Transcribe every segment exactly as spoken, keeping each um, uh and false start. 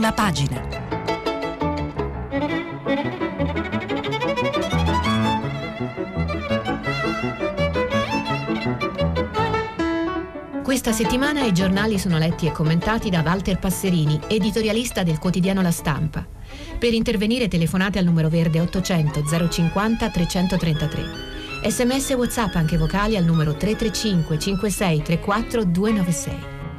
Prima pagina. Questa settimana i giornali sono letti e commentati da Walter Passerini, editorialista del quotidiano La Stampa. Per intervenire telefonate al numero verde ottocento zero cinquanta trecentotrentatré. Sms e WhatsApp anche vocali al numero tre tre cinque cinque sei tre quattro due nove sei.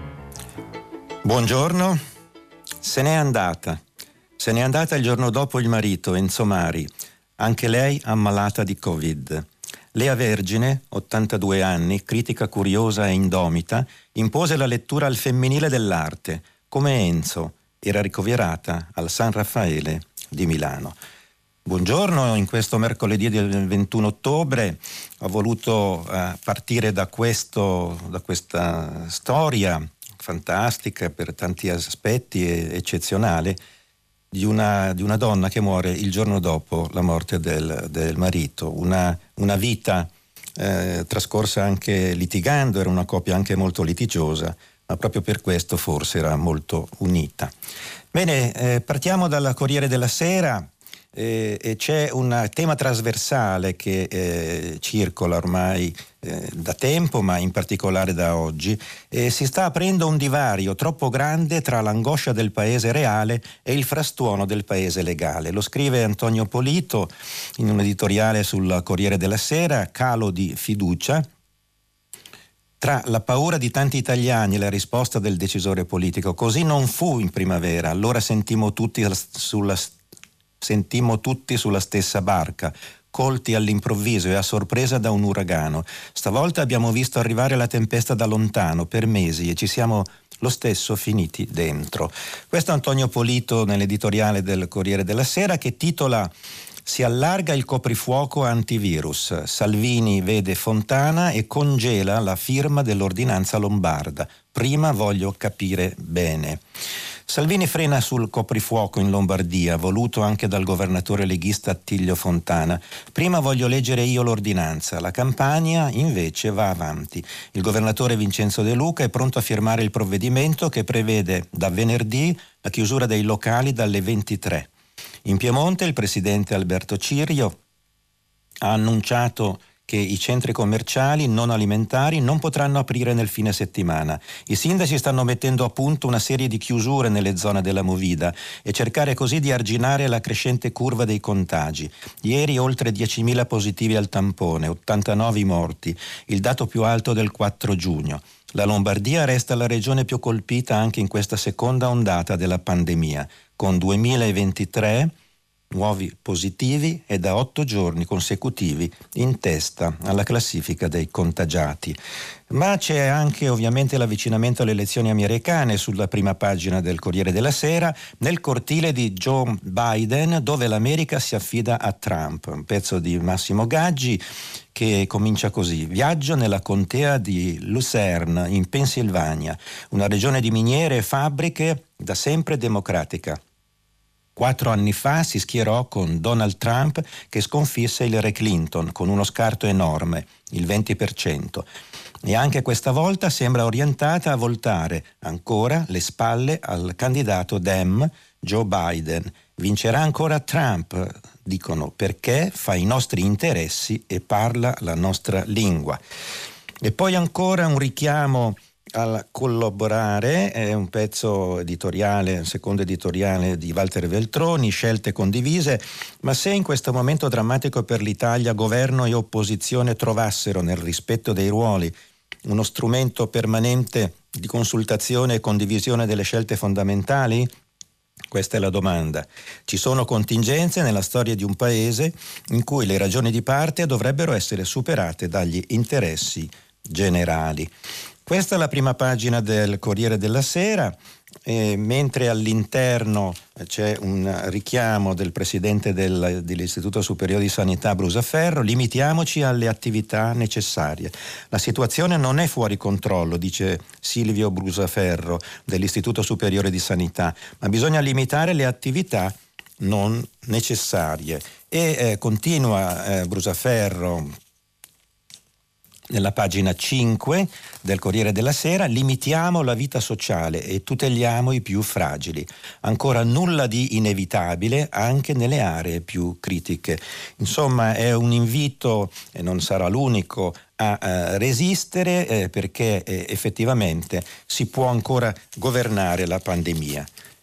Buongiorno. Se n'è andata. Se n'è andata il giorno dopo il marito, Enzo Mari, anche lei ammalata di Covid. Lea Vergine, ottantadue anni, critica curiosa e indomita, impose la lettura al femminile dell'arte, come Enzo, era ricoverata al San Raffaele di Milano. Buongiorno, in questo mercoledì del ventuno ottobre ho voluto uh, partire da, questo, da questa storia fantastica per tanti aspetti e eccezionale di una, di una donna che muore il giorno dopo la morte del, del marito. Una, una vita eh, trascorsa anche litigando, era una coppia anche molto litigiosa, ma proprio per questo forse era molto unita. Bene, eh, partiamo dal Corriere della Sera. Eh, e c'è un tema trasversale che eh, circola ormai eh, da tempo, ma in particolare da oggi. Eh, si sta aprendo un divario troppo grande tra l'angoscia del paese reale e il frastuono del paese legale. Lo scrive Antonio Polito in un editoriale sul Corriere della Sera, calo di fiducia tra la paura di tanti italiani e la risposta del decisore politico. Così non fu in primavera, allora sentimmo tutti sulla Sentimmo tutti sulla stessa barca, colti all'improvviso e a sorpresa da un uragano. Stavolta abbiamo visto arrivare la tempesta da lontano per mesi e ci siamo lo stesso finiti dentro. Questo è Antonio Polito nell'editoriale del Corriere della Sera, che titola "Si allarga il coprifuoco antivirus. Salvini vede Fontana e congela la firma dell'ordinanza lombarda. Prima voglio capire bene". Salvini frena sul coprifuoco in Lombardia, voluto anche dal governatore leghista Attilio Fontana. Prima voglio leggere io l'ordinanza. La Campania invece va avanti. Il governatore Vincenzo De Luca è pronto a firmare il provvedimento che prevede da venerdì la chiusura dei locali dalle ventitré. In Piemonte il presidente Alberto Cirio ha annunciato che i centri commerciali non alimentari non potranno aprire nel fine settimana. I sindaci stanno mettendo a punto una serie di chiusure nelle zone della Movida e cercare così di arginare la crescente curva dei contagi. Ieri oltre diecimila positivi al tampone, ottantanove morti, il dato più alto del quattro giugno. La Lombardia resta la regione più colpita anche in questa seconda ondata della pandemia, con duemilaventitré nuovi positivi e da otto giorni consecutivi in testa alla classifica dei contagiati. Ma c'è anche ovviamente l'avvicinamento alle elezioni americane sulla prima pagina del Corriere della Sera, nel cortile di Joe Biden, dove l'America si affida a Trump. Un pezzo di Massimo Gaggi che comincia così: viaggio nella contea di Lucerne in Pennsylvania, una regione di miniere e fabbriche da sempre democratica. Quattro anni fa si schierò con Donald Trump, che sconfisse Hillary Clinton con uno scarto enorme, il venti per cento. E anche questa volta sembra orientata a voltare ancora le spalle al candidato Dem, Joe Biden. Vincerà ancora Trump, dicono, perché fa i nostri interessi e parla la nostra lingua. E poi ancora un richiamo al collaborare, è un pezzo editoriale, un secondo editoriale di Walter Veltroni, scelte condivise. Ma se in questo momento drammatico per l'Italia governo e opposizione trovassero nel rispetto dei ruoli uno strumento permanente di consultazione e condivisione delle scelte fondamentali? Questa è la domanda. Ci sono contingenze nella storia di un paese in cui le ragioni di parte dovrebbero essere superate dagli interessi generali. Questa è la prima pagina del Corriere della Sera, eh, mentre all'interno c'è un richiamo del presidente del, dell'Istituto Superiore di Sanità Brusaferro: limitiamoci alle attività necessarie. La situazione non è fuori controllo, dice Silvio Brusaferro dell'Istituto Superiore di Sanità, ma bisogna limitare le attività non necessarie. E eh, continua eh, Brusaferro Nella pagina cinque del Corriere della Sera, limitiamo la vita sociale e tuteliamo i più fragili. Ancora nulla di inevitabile anche nelle aree più critiche. Insomma, è un invito, e non sarà l'unico, a eh, resistere eh, perché eh, effettivamente si può ancora governare la pandemia.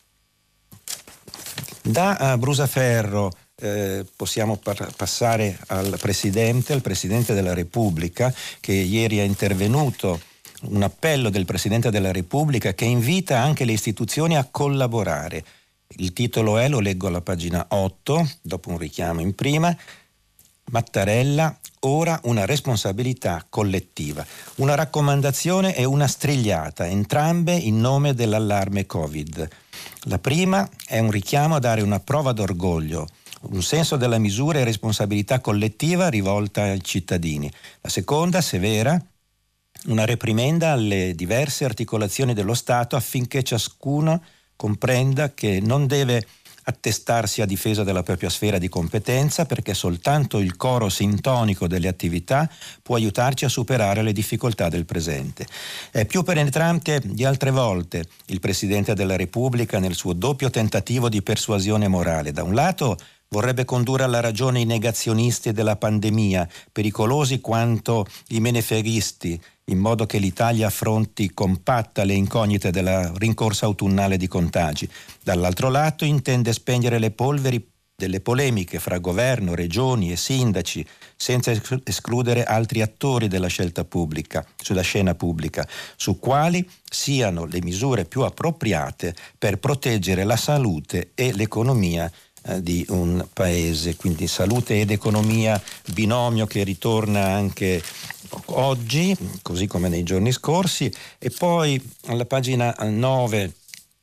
Da uh, Brusaferro Eh, possiamo par- passare al Presidente, al Presidente della Repubblica, che ieri è intervenuto, un appello del Presidente della Repubblica che invita anche le istituzioni a collaborare. Il titolo è, lo leggo alla pagina otto, dopo un richiamo in prima, Mattarella, ora una responsabilità collettiva. Una raccomandazione e una strigliata, entrambe in nome dell'allarme Covid. La prima è un richiamo a dare una prova d'orgoglio, un senso della misura e responsabilità collettiva rivolta ai cittadini. La seconda, severa, una reprimenda alle diverse articolazioni dello Stato affinché ciascuno comprenda che non deve attestarsi a difesa della propria sfera di competenza, perché soltanto il coro sintonico delle attività può aiutarci a superare le difficoltà del presente. È più penetrante di altre volte il Presidente della Repubblica nel suo doppio tentativo di persuasione morale. Da un lato vorrebbe condurre alla ragione i negazionisti della pandemia, pericolosi quanto i menefreghisti, in modo che l'Italia affronti compatta le incognite della rincorsa autunnale di contagi. Dall'altro lato intende spegnere le polveri delle polemiche fra governo, regioni e sindaci, senza escludere altri attori della scelta pubblica, sulla scena pubblica, su quali siano le misure più appropriate per proteggere la salute e l'economia di un paese. Quindi salute ed economia, binomio che ritorna anche oggi, così come nei giorni scorsi. E poi alla pagina nove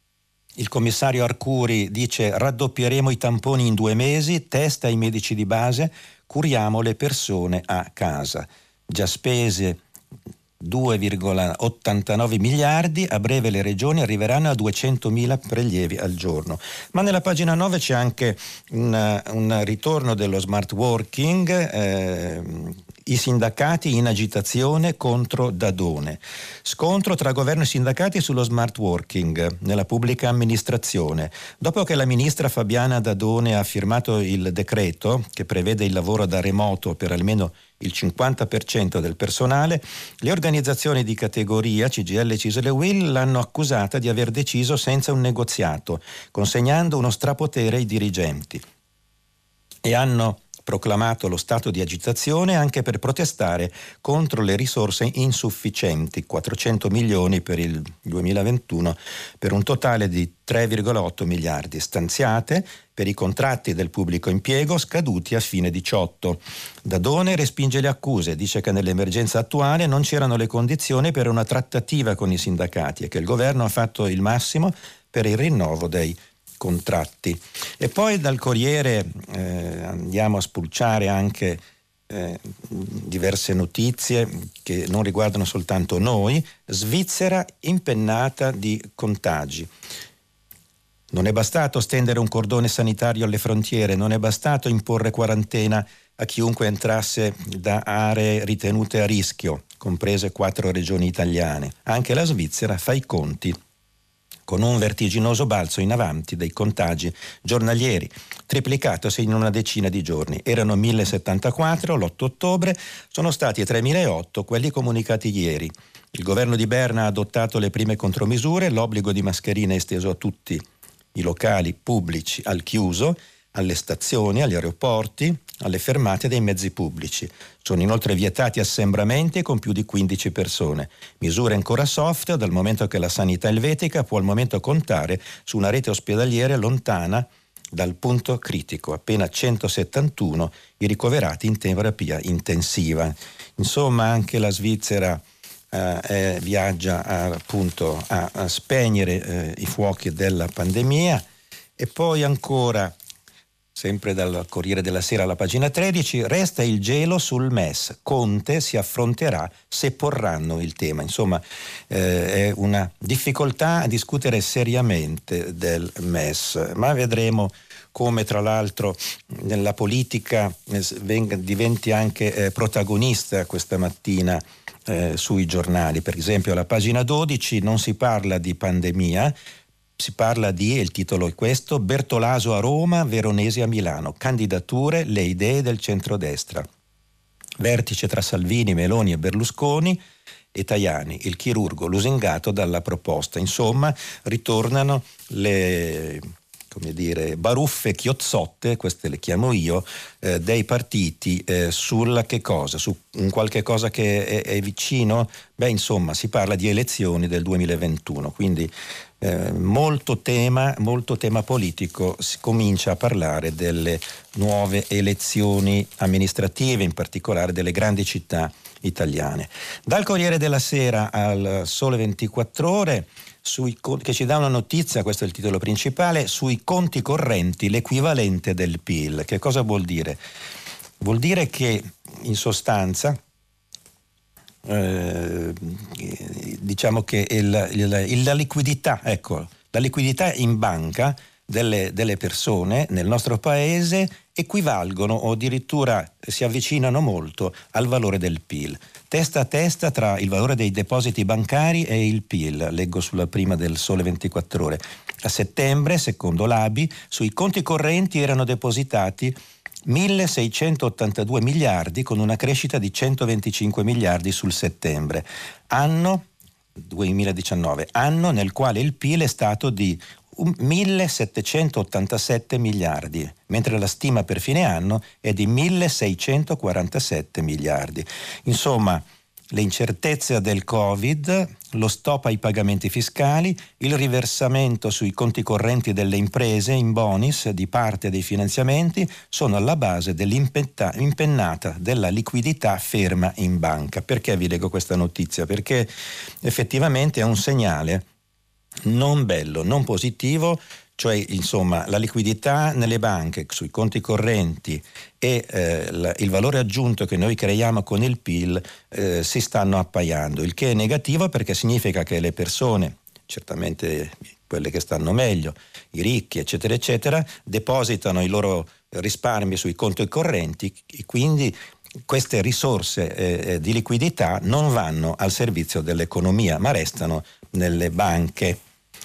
il commissario Arcuri dice: raddoppieremo i tamponi in due mesi, test ai medici di base, curiamo le persone a casa. Già spese due virgola ottantanove miliardi, a breve le regioni arriveranno a duecentomila prelievi al giorno. Ma nella pagina nove c'è anche un, un ritorno dello smart working, eh, i sindacati in agitazione contro Dadone. Scontro tra governo e sindacati sullo smart working nella pubblica amministrazione. Dopo che la ministra Fabiana Dadone ha firmato il decreto che prevede il lavoro da remoto per almeno il cinquanta per cento del personale, le organizzazioni di categoria C G I L, CISL e U I L l'hanno accusata di aver deciso senza un negoziato, consegnando uno strapotere ai dirigenti, e hanno proclamato lo stato di agitazione anche per protestare contro le risorse insufficienti, quattrocento milioni per il duemilaventuno, per un totale di tre virgola otto miliardi stanziate per i contratti del pubblico impiego scaduti a fine diciotto. Dadone respinge le accuse, dice che nell'emergenza attuale non c'erano le condizioni per una trattativa con i sindacati e che il governo ha fatto il massimo per il rinnovo dei contratti. E poi dal Corriere eh, andiamo a spulciare anche eh, diverse notizie che non riguardano soltanto noi. Svizzera impennata di contagi. Non è bastato stendere un cordone sanitario alle frontiere, non è bastato imporre quarantena a chiunque entrasse da aree ritenute a rischio, comprese quattro regioni italiane. Anche la Svizzera fa i conti con un vertiginoso balzo in avanti dei contagi giornalieri, triplicatosi in una decina di giorni. Erano mille settantaquattro l'otto ottobre, sono stati tremilaotto quelli comunicati ieri. Il governo di Berna ha adottato le prime contromisure, l'obbligo di mascherina è esteso a tutti i locali pubblici al chiuso, alle stazioni, agli aeroporti, alle fermate dei mezzi pubblici. Sono inoltre vietati assembramenti con più di quindici persone. Misure ancora soft, dal momento che la sanità elvetica può al momento contare su una rete ospedaliera lontana dal punto critico, appena centosettantuno i ricoverati in terapia intensiva. Insomma, anche la Svizzera eh, eh, viaggia a, appunto a, a spegnere eh, i fuochi della pandemia. E poi ancora, sempre dal Corriere della Sera alla pagina tredici, resta il gelo sul M E S. Conte si affronterà se porranno il tema. Insomma, eh, è una difficoltà a discutere seriamente del M E S, ma vedremo come tra l'altro nella politica eh, venga, diventi anche eh, protagonista questa mattina eh, sui giornali. Per esempio alla pagina dodici non si parla di pandemia, si parla di, il titolo è questo, Bertolaso a Roma, Veronesi a Milano, candidature, le idee del centrodestra. Vertice tra Salvini, Meloni e Berlusconi e Tajani, il chirurgo lusingato dalla proposta. Insomma, ritornano le, come dire, baruffe chiozzotte, queste le chiamo io, eh, dei partiti eh, sulla che cosa? Su un qualche cosa che è, è vicino? Beh, insomma, si parla di elezioni del duemilaventuno, quindi eh, molto tema, molto tema politico, si comincia a parlare delle nuove elezioni amministrative, in particolare delle grandi città italiane. Dal Corriere della Sera al Sole ventiquattro Ore, sui, che ci dà una notizia, questo è il titolo principale, sui conti correnti, l'equivalente del P I L. Che cosa vuol dire? Vuol dire che in sostanza eh, diciamo che il, il, la liquidità, ecco, la liquidità in banca delle, delle persone nel nostro paese equivalgono o addirittura si avvicinano molto al valore del P I L. Testa a testa tra il valore dei depositi bancari e il P I L, leggo sulla prima del Sole ventiquattro Ore. A settembre, secondo l'A B I, sui conti correnti erano depositati milleseicentottantadue miliardi con una crescita di centoventicinque miliardi sul settembre, anno duemiladiciannove, anno nel quale il P I L è stato di millesettecentottantasette miliardi, mentre la stima per fine anno è di milleseicentoquarantasette miliardi. Insomma, le incertezze del Covid, lo stop ai pagamenti fiscali, il riversamento sui conti correnti delle imprese in bonus di parte dei finanziamenti sono alla base dell'impennata della liquidità ferma in banca. Perché vi leggo questa notizia? Perché effettivamente è un segnale non bello, non positivo, cioè insomma la liquidità nelle banche, sui conti correnti e eh, la, il valore aggiunto che noi creiamo con il P I L eh, si stanno appaiando, il che è negativo perché significa che le persone, certamente quelle che stanno meglio, i ricchi eccetera eccetera, depositano i loro risparmi sui conti correnti e quindi queste risorse eh, di liquidità non vanno al servizio dell'economia ma restano nelle banche.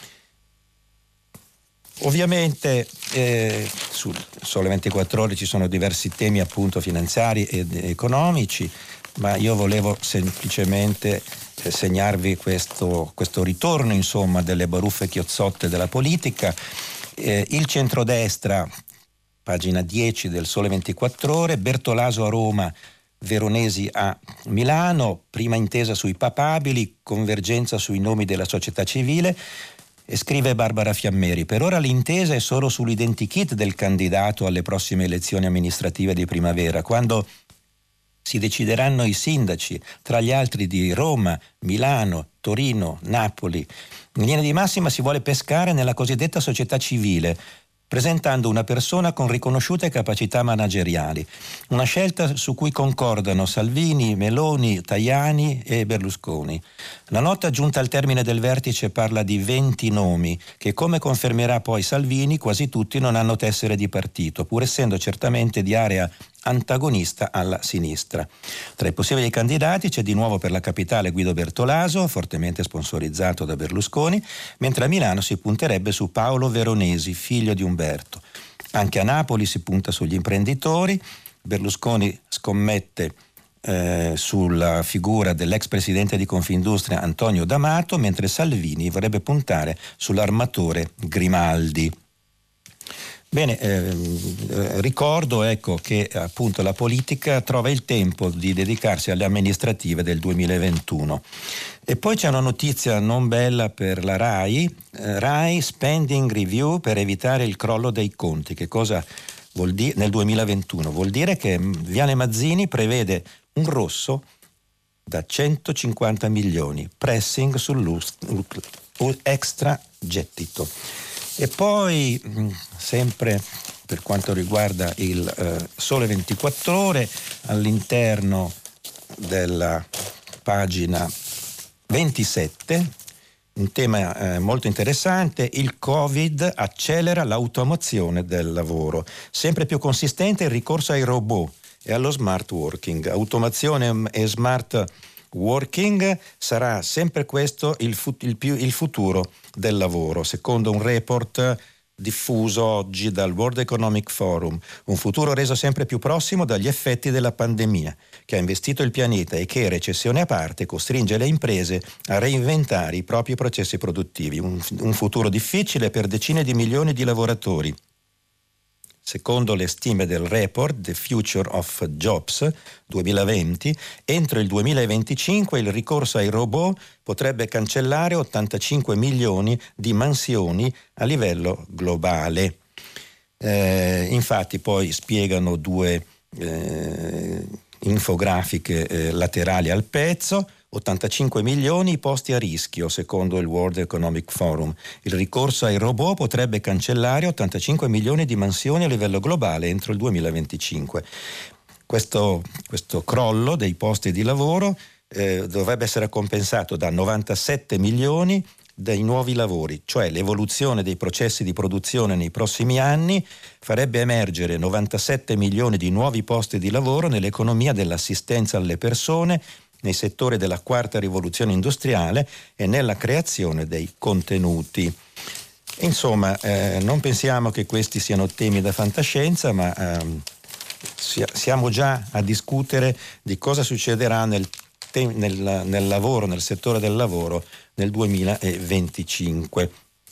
Ovviamente eh, sul Sole ventiquattro Ore ci sono diversi temi appunto finanziari ed economici, ma io volevo semplicemente eh, segnarvi questo, questo ritorno insomma delle baruffe chiozzotte della politica. Eh, il centrodestra, pagina dieci del Sole ventiquattro Ore, Bertolaso a Roma, Veronesi a Milano, prima intesa sui papabili, convergenza sui nomi della società civile. E scrive Barbara Fiammeri: per ora l'intesa è solo sull'identikit del candidato alle prossime elezioni amministrative di primavera, quando si decideranno i sindaci, tra gli altri di Roma, Milano, Torino, Napoli. In linea di massima si vuole pescare nella cosiddetta società civile, presentando una persona con riconosciute capacità manageriali, una scelta su cui concordano Salvini, Meloni, Tajani e Berlusconi. La nota giunta al termine del vertice parla di venti nomi che, come confermerà poi Salvini, quasi tutti non hanno tessere di partito, pur essendo certamente di area antagonista alla sinistra. Tra i possibili candidati c'è di nuovo per la capitale Guido Bertolaso, fortemente sponsorizzato da Berlusconi, mentre a Milano si punterebbe su Paolo Veronesi, figlio di Umberto. Anche a Napoli si punta sugli imprenditori. Berlusconi scommette eh, sulla figura dell'ex presidente di Confindustria Antonio D'Amato, mentre Salvini vorrebbe puntare sull'armatore Grimaldi. Bene, eh, ricordo ecco, che appunto la politica trova il tempo di dedicarsi alle amministrative del duemilaventuno. E poi c'è una notizia non bella per la RAI, eh, RAI spending review per evitare il crollo dei conti. Che cosa vuol dire nel duemilaventuno? Vuol dire che Viale Mazzini prevede un rosso da centocinquanta milioni, pressing sull'extra gettito. E poi, sempre per quanto riguarda il eh, Sole ventiquattro Ore, all'interno della pagina ventisette, un tema eh, molto interessante: il Covid accelera l'automazione del lavoro. Sempre più consistente il ricorso ai robot e allo smart working. Automazione e smart working sarà sempre questo il, fu- il, più, il futuro del lavoro, secondo un report diffuso oggi dal World Economic Forum, un futuro reso sempre più prossimo dagli effetti della pandemia che ha investito il pianeta e che, recessione a parte, costringe le imprese a reinventare i propri processi produttivi, un, un futuro difficile per decine di milioni di lavoratori. Secondo le stime del report The Future of Jobs duemilaventi, entro il duemilaventicinque il ricorso ai robot potrebbe cancellare ottantacinque milioni di mansioni a livello globale. Eh, infatti poi spiegano due eh, infografiche eh, laterali al pezzo. ottantacinque milioni i posti a rischio, secondo il World Economic Forum. Il ricorso ai robot potrebbe cancellare ottantacinque milioni di mansioni a livello globale entro il duemilaventicinque. Questo, questo crollo dei posti di lavoro eh, dovrebbe essere compensato da novantasette milioni dei nuovi lavori, cioè l'evoluzione dei processi di produzione nei prossimi anni farebbe emergere novantasette milioni di nuovi posti di lavoro nell'economia dell'assistenza alle persone, nei settori della quarta rivoluzione industriale e nella creazione dei contenuti. Insomma, eh, non pensiamo che questi siano temi da fantascienza, ma ehm, siamo già a discutere di cosa succederà nel, te- nel, nel lavoro, nel settore del lavoro nel duemilaventicinque.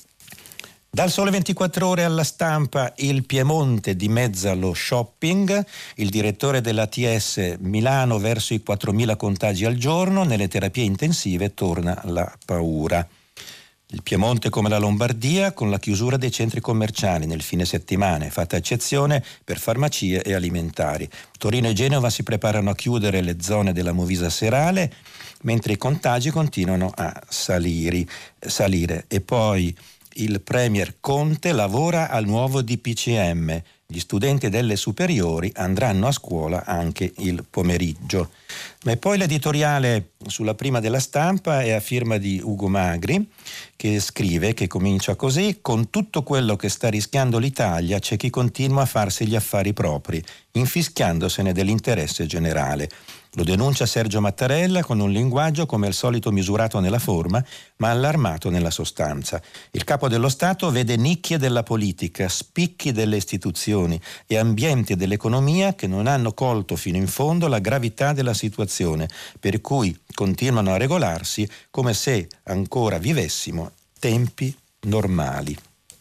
Dal Sole ventiquattro Ore alla Stampa, il Piemonte dimezza lo shopping, il direttore dell'A T S Milano verso i quattromila contagi al giorno, nelle terapie intensive torna la paura. Il Piemonte come la Lombardia con la chiusura dei centri commerciali nel fine settimana, fatta eccezione per farmacie e alimentari. Torino e Genova si preparano a chiudere le zone della Movisa serale, mentre i contagi continuano a saliri, salire. E poi il premier Conte lavora al nuovo D P C M. Gli studenti delle superiori andranno a scuola anche il pomeriggio. Ma poi l'editoriale sulla prima della Stampa è a firma di Ugo Magri, che scrive, che comincia così: con tutto quello che sta rischiando l'Italia c'è chi continua a farsi gli affari propri, infischiandosene dell'interesse generale. Lo denuncia Sergio Mattarella con un linguaggio come al solito misurato nella forma, ma allarmato nella sostanza. Il capo dello Stato vede nicchie della politica, spicchi delle istituzioni e ambienti dell'economia che non hanno colto fino in fondo la gravità della situazione, per cui continuano a regolarsi come se ancora vivessimo tempi normali.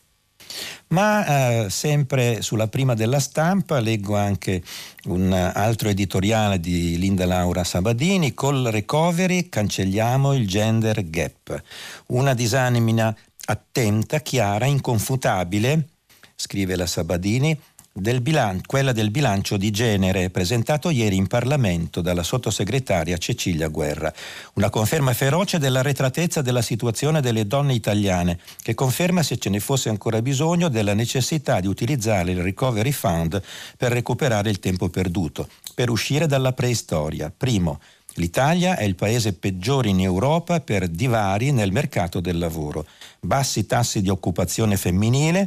Ma eh, sempre sulla prima della Stampa leggo anche un altro editoriale di Linda Laura Sabadini: col recovery cancelliamo il gender gap. Una disamina attenta, chiara, inconfutabile, scrive la Sabadini, del bilan- quella del bilancio di genere presentato ieri in Parlamento dalla sottosegretaria Cecilia Guerra. Una conferma feroce dell'arretratezza della situazione delle donne italiane, che conferma, se ce ne fosse ancora bisogno, della necessità di utilizzare il Recovery Fund per recuperare il tempo perduto, per uscire dalla preistoria. Primo, l'Italia è il paese peggiore in Europa per divari nel mercato del lavoro. Bassi tassi di occupazione femminile,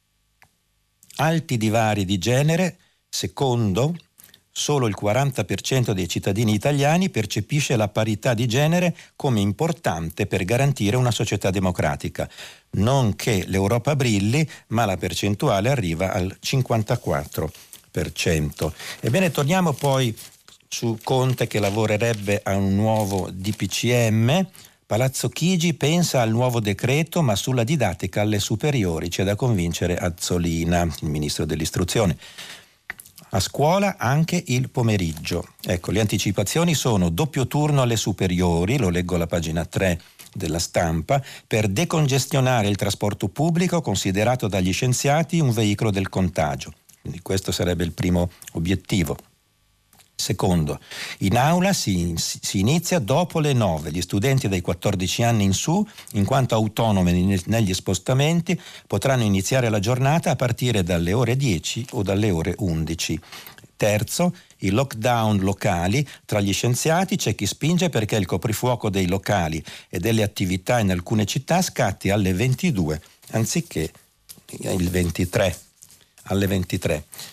alti divari di genere. Secondo, solo il quaranta per cento dei cittadini italiani percepisce la parità di genere come importante per garantire una società democratica. Non che l'Europa brilli, ma la percentuale arriva al cinquantaquattro per cento. Ebbene, torniamo poi su Conte, che lavorerebbe a un nuovo D P C M. Palazzo Chigi pensa al nuovo decreto, ma sulla didattica alle superiori c'è da convincere Azzolina, il ministro dell'istruzione. A scuola anche il pomeriggio. Ecco, le anticipazioni sono: doppio turno alle superiori, lo leggo alla pagina tre della Stampa, per decongestionare il trasporto pubblico considerato dagli scienziati un veicolo del contagio. Quindi questo sarebbe il primo obiettivo. Secondo, in aula si, si inizia dopo le nove. Gli studenti dai quattordici anni in su, in quanto autonomi negli spostamenti, potranno iniziare la giornata a partire dalle ore dieci o dalle ore undici. Terzo, i lockdown locali. Tra gli scienziati c'è chi spinge perché il coprifuoco dei locali e delle attività in alcune città scatti alle ventidue anziché il ventitré, alle ventitré.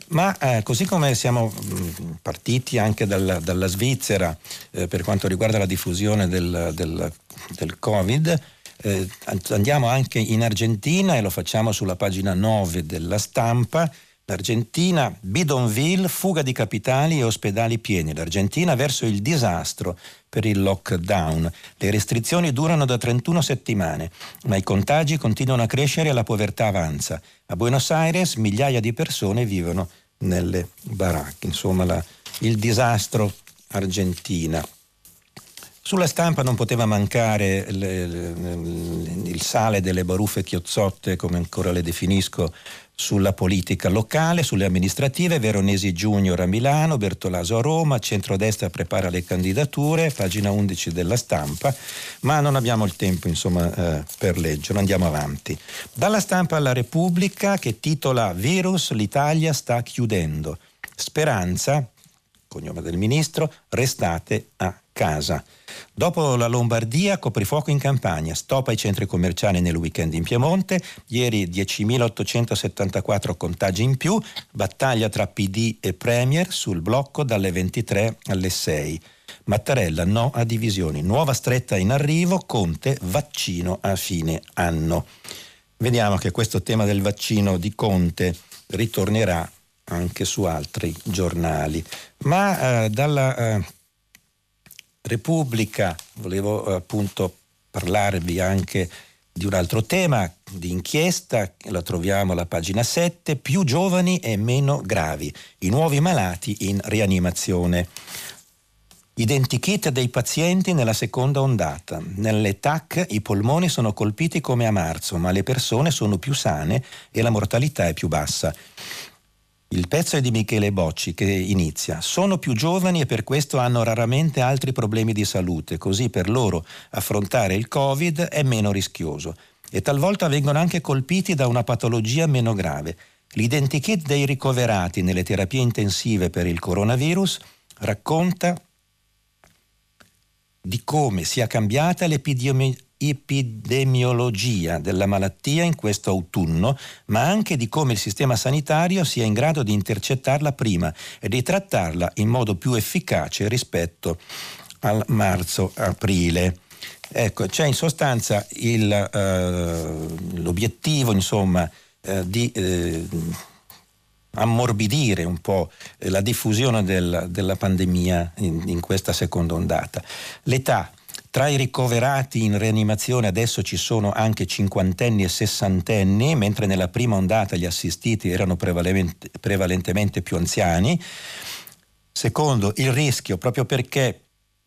Ma eh, così come siamo mh, partiti anche dalla, dalla Svizzera eh, per quanto riguarda la diffusione del, del, del Covid, eh, andiamo anche in Argentina e lo facciamo sulla pagina nove della Stampa. L'Argentina, bidonville, fuga di capitali e ospedali pieni. L'Argentina verso il disastro per il lockdown. Le restrizioni durano da trentuno settimane, ma i contagi continuano a crescere e la povertà avanza. A Buenos Aires migliaia di persone vivono nelle baracche. Insomma, la, il disastro Argentina. Sulla Stampa non poteva mancare le, le, il sale delle baruffe chiozzotte, come ancora le definisco, sulla politica locale, sulle amministrative. Veronesi Junior a Milano, Bertolaso a Roma, centrodestra prepara le candidature, pagina undici della Stampa, ma non abbiamo il tempo insomma eh, per leggerlo, andiamo avanti. Dalla Stampa alla Repubblica, che titola Virus, l'Italia sta chiudendo. Speranza, cognome del ministro, restate a casa. Dopo la Lombardia, coprifuoco in Campania, stop ai centri commerciali nel weekend in Piemonte, ieri diecimilaottocentosettantaquattro contagi in più, battaglia tra P D e Premier sul blocco dalle ventitré alle sei. Mattarella no a divisioni, nuova stretta in arrivo, Conte vaccino a fine anno. Vediamo che questo tema del vaccino di Conte ritornerà anche su altri giornali. Ma eh, dalla eh, Repubblica volevo eh, appunto parlarvi anche di un altro tema di inchiesta, la troviamo alla pagina sette, più giovani e meno gravi, i nuovi malati in rianimazione. Identikit dei pazienti nella seconda ondata. Nelle T A C i polmoni sono colpiti come a marzo, ma le persone sono più sane e la mortalità è più bassa. Il pezzo è di Michele Bocci che inizia. Sono più giovani e per questo hanno raramente altri problemi di salute, così per loro affrontare il Covid è meno rischioso. E talvolta vengono anche colpiti da una patologia meno grave. L'identikit dei ricoverati nelle terapie intensive per il coronavirus racconta di come sia cambiata l'epidemia epidemiologia della malattia in questo autunno, ma anche di come il sistema sanitario sia in grado di intercettarla prima e di trattarla in modo più efficace rispetto al marzo-aprile. Ecco, c'è in sostanza il, eh, l'obiettivo, insomma, eh, di eh, ammorbidire un po' la diffusione del, della pandemia in, in questa seconda ondata. L'età. Tra i ricoverati in rianimazione adesso ci sono anche cinquantenni e sessantenni, mentre nella prima ondata gli assistiti erano prevalente, prevalentemente più anziani. Secondo, il rischio, proprio perché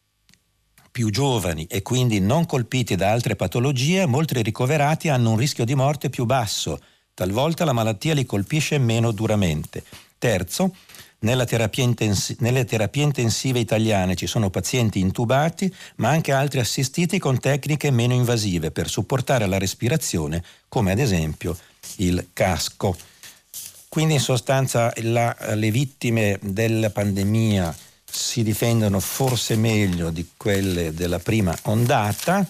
più giovani e quindi non colpiti da altre patologie, molti ricoverati hanno un rischio di morte più basso. Talvolta la malattia li colpisce meno duramente. Terzo, Nella terapia intensi- nelle terapie intensive italiane ci sono pazienti intubati, ma anche altri assistiti con tecniche meno invasive per supportare la respirazione, come ad esempio il casco. Quindi in sostanza la, le vittime della pandemia si difendono forse meglio di quelle della prima ondata.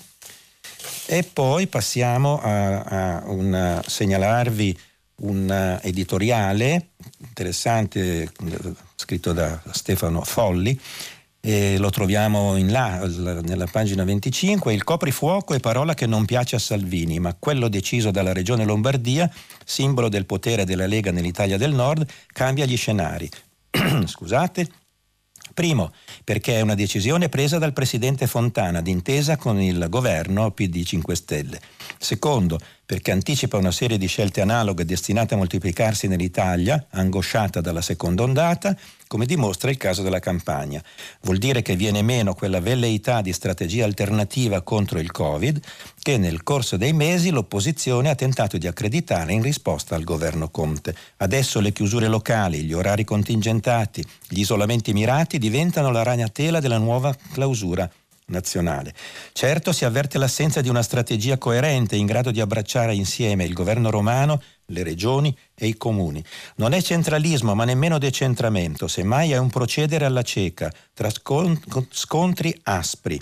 E poi passiamo a, a un, segnalarvi un editoriale interessante scritto da Stefano Folli, e lo troviamo in là nella pagina venticinque. Il coprifuoco è parola che non piace a Salvini, ma quello deciso dalla regione Lombardia, simbolo del potere della Lega nell'Italia del Nord, cambia gli scenari. Scusate. Primo, perché è una decisione presa dal presidente Fontana d'intesa con il governo P D cinque Stelle. Secondo, perché anticipa una serie di scelte analoghe destinate a moltiplicarsi nell'Italia, angosciata dalla seconda ondata, come dimostra il caso della Campania. Vuol dire che viene meno quella velleità di strategia alternativa contro il Covid che nel corso dei mesi l'opposizione ha tentato di accreditare in risposta al governo Conte. Adesso le chiusure locali, gli orari contingentati, gli isolamenti mirati diventano la ragnatela della nuova clausura nazionale. Certo, si avverte l'assenza di una strategia coerente in grado di abbracciare insieme il governo romano, le regioni e i comuni. Non è centralismo, ma nemmeno decentramento, semmai è un procedere alla cieca, tra scontri aspri,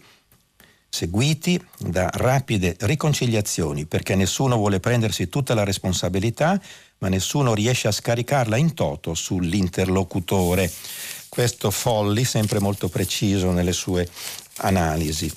seguiti da rapide riconciliazioni, perché nessuno vuole prendersi tutta la responsabilità, ma nessuno riesce a scaricarla in toto sull'interlocutore. Questo Folli, sempre molto preciso nelle sue analisi.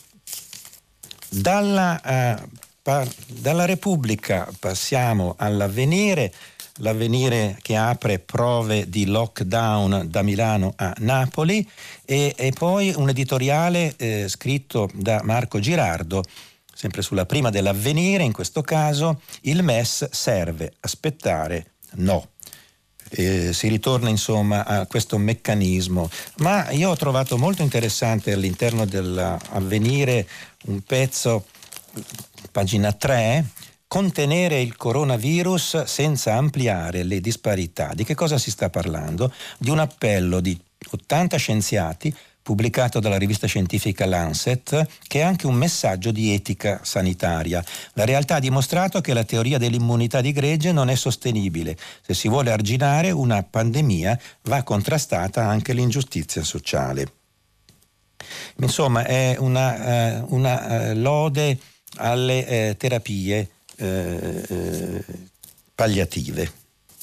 Dalla, uh, par- dalla Repubblica passiamo all'Avvenire, l'Avvenire che apre prove di lockdown da Milano a Napoli e, e poi un editoriale eh, scritto da Marco Girardo, sempre sulla prima dell'Avvenire, in questo caso il M E S serve, aspettare no. Eh, si ritorna insomma a questo meccanismo, ma io ho trovato molto interessante all'interno dell'Avvenire un pezzo, pagina tre, contenere il coronavirus senza ampliare le disparità. Di che cosa si sta parlando? Di un appello di ottanta scienziati pubblicato dalla rivista scientifica Lancet, che è anche un messaggio di etica sanitaria. La realtà ha dimostrato che la teoria dell'immunità di gregge non è sostenibile. Se si vuole arginare una pandemia, va contrastata anche l'ingiustizia sociale. Insomma, è una, uh, una uh, lode alle uh, terapie uh, uh, palliative.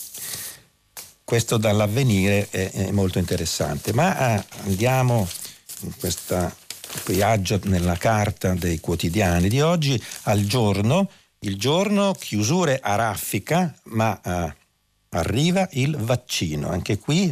Questo dall'Avvenire è, è molto interessante, ma eh, andiamo in questo viaggio nella carta dei quotidiani di oggi al Giorno. Il Giorno, chiusure a raffica, ma eh, arriva il vaccino. Anche qui,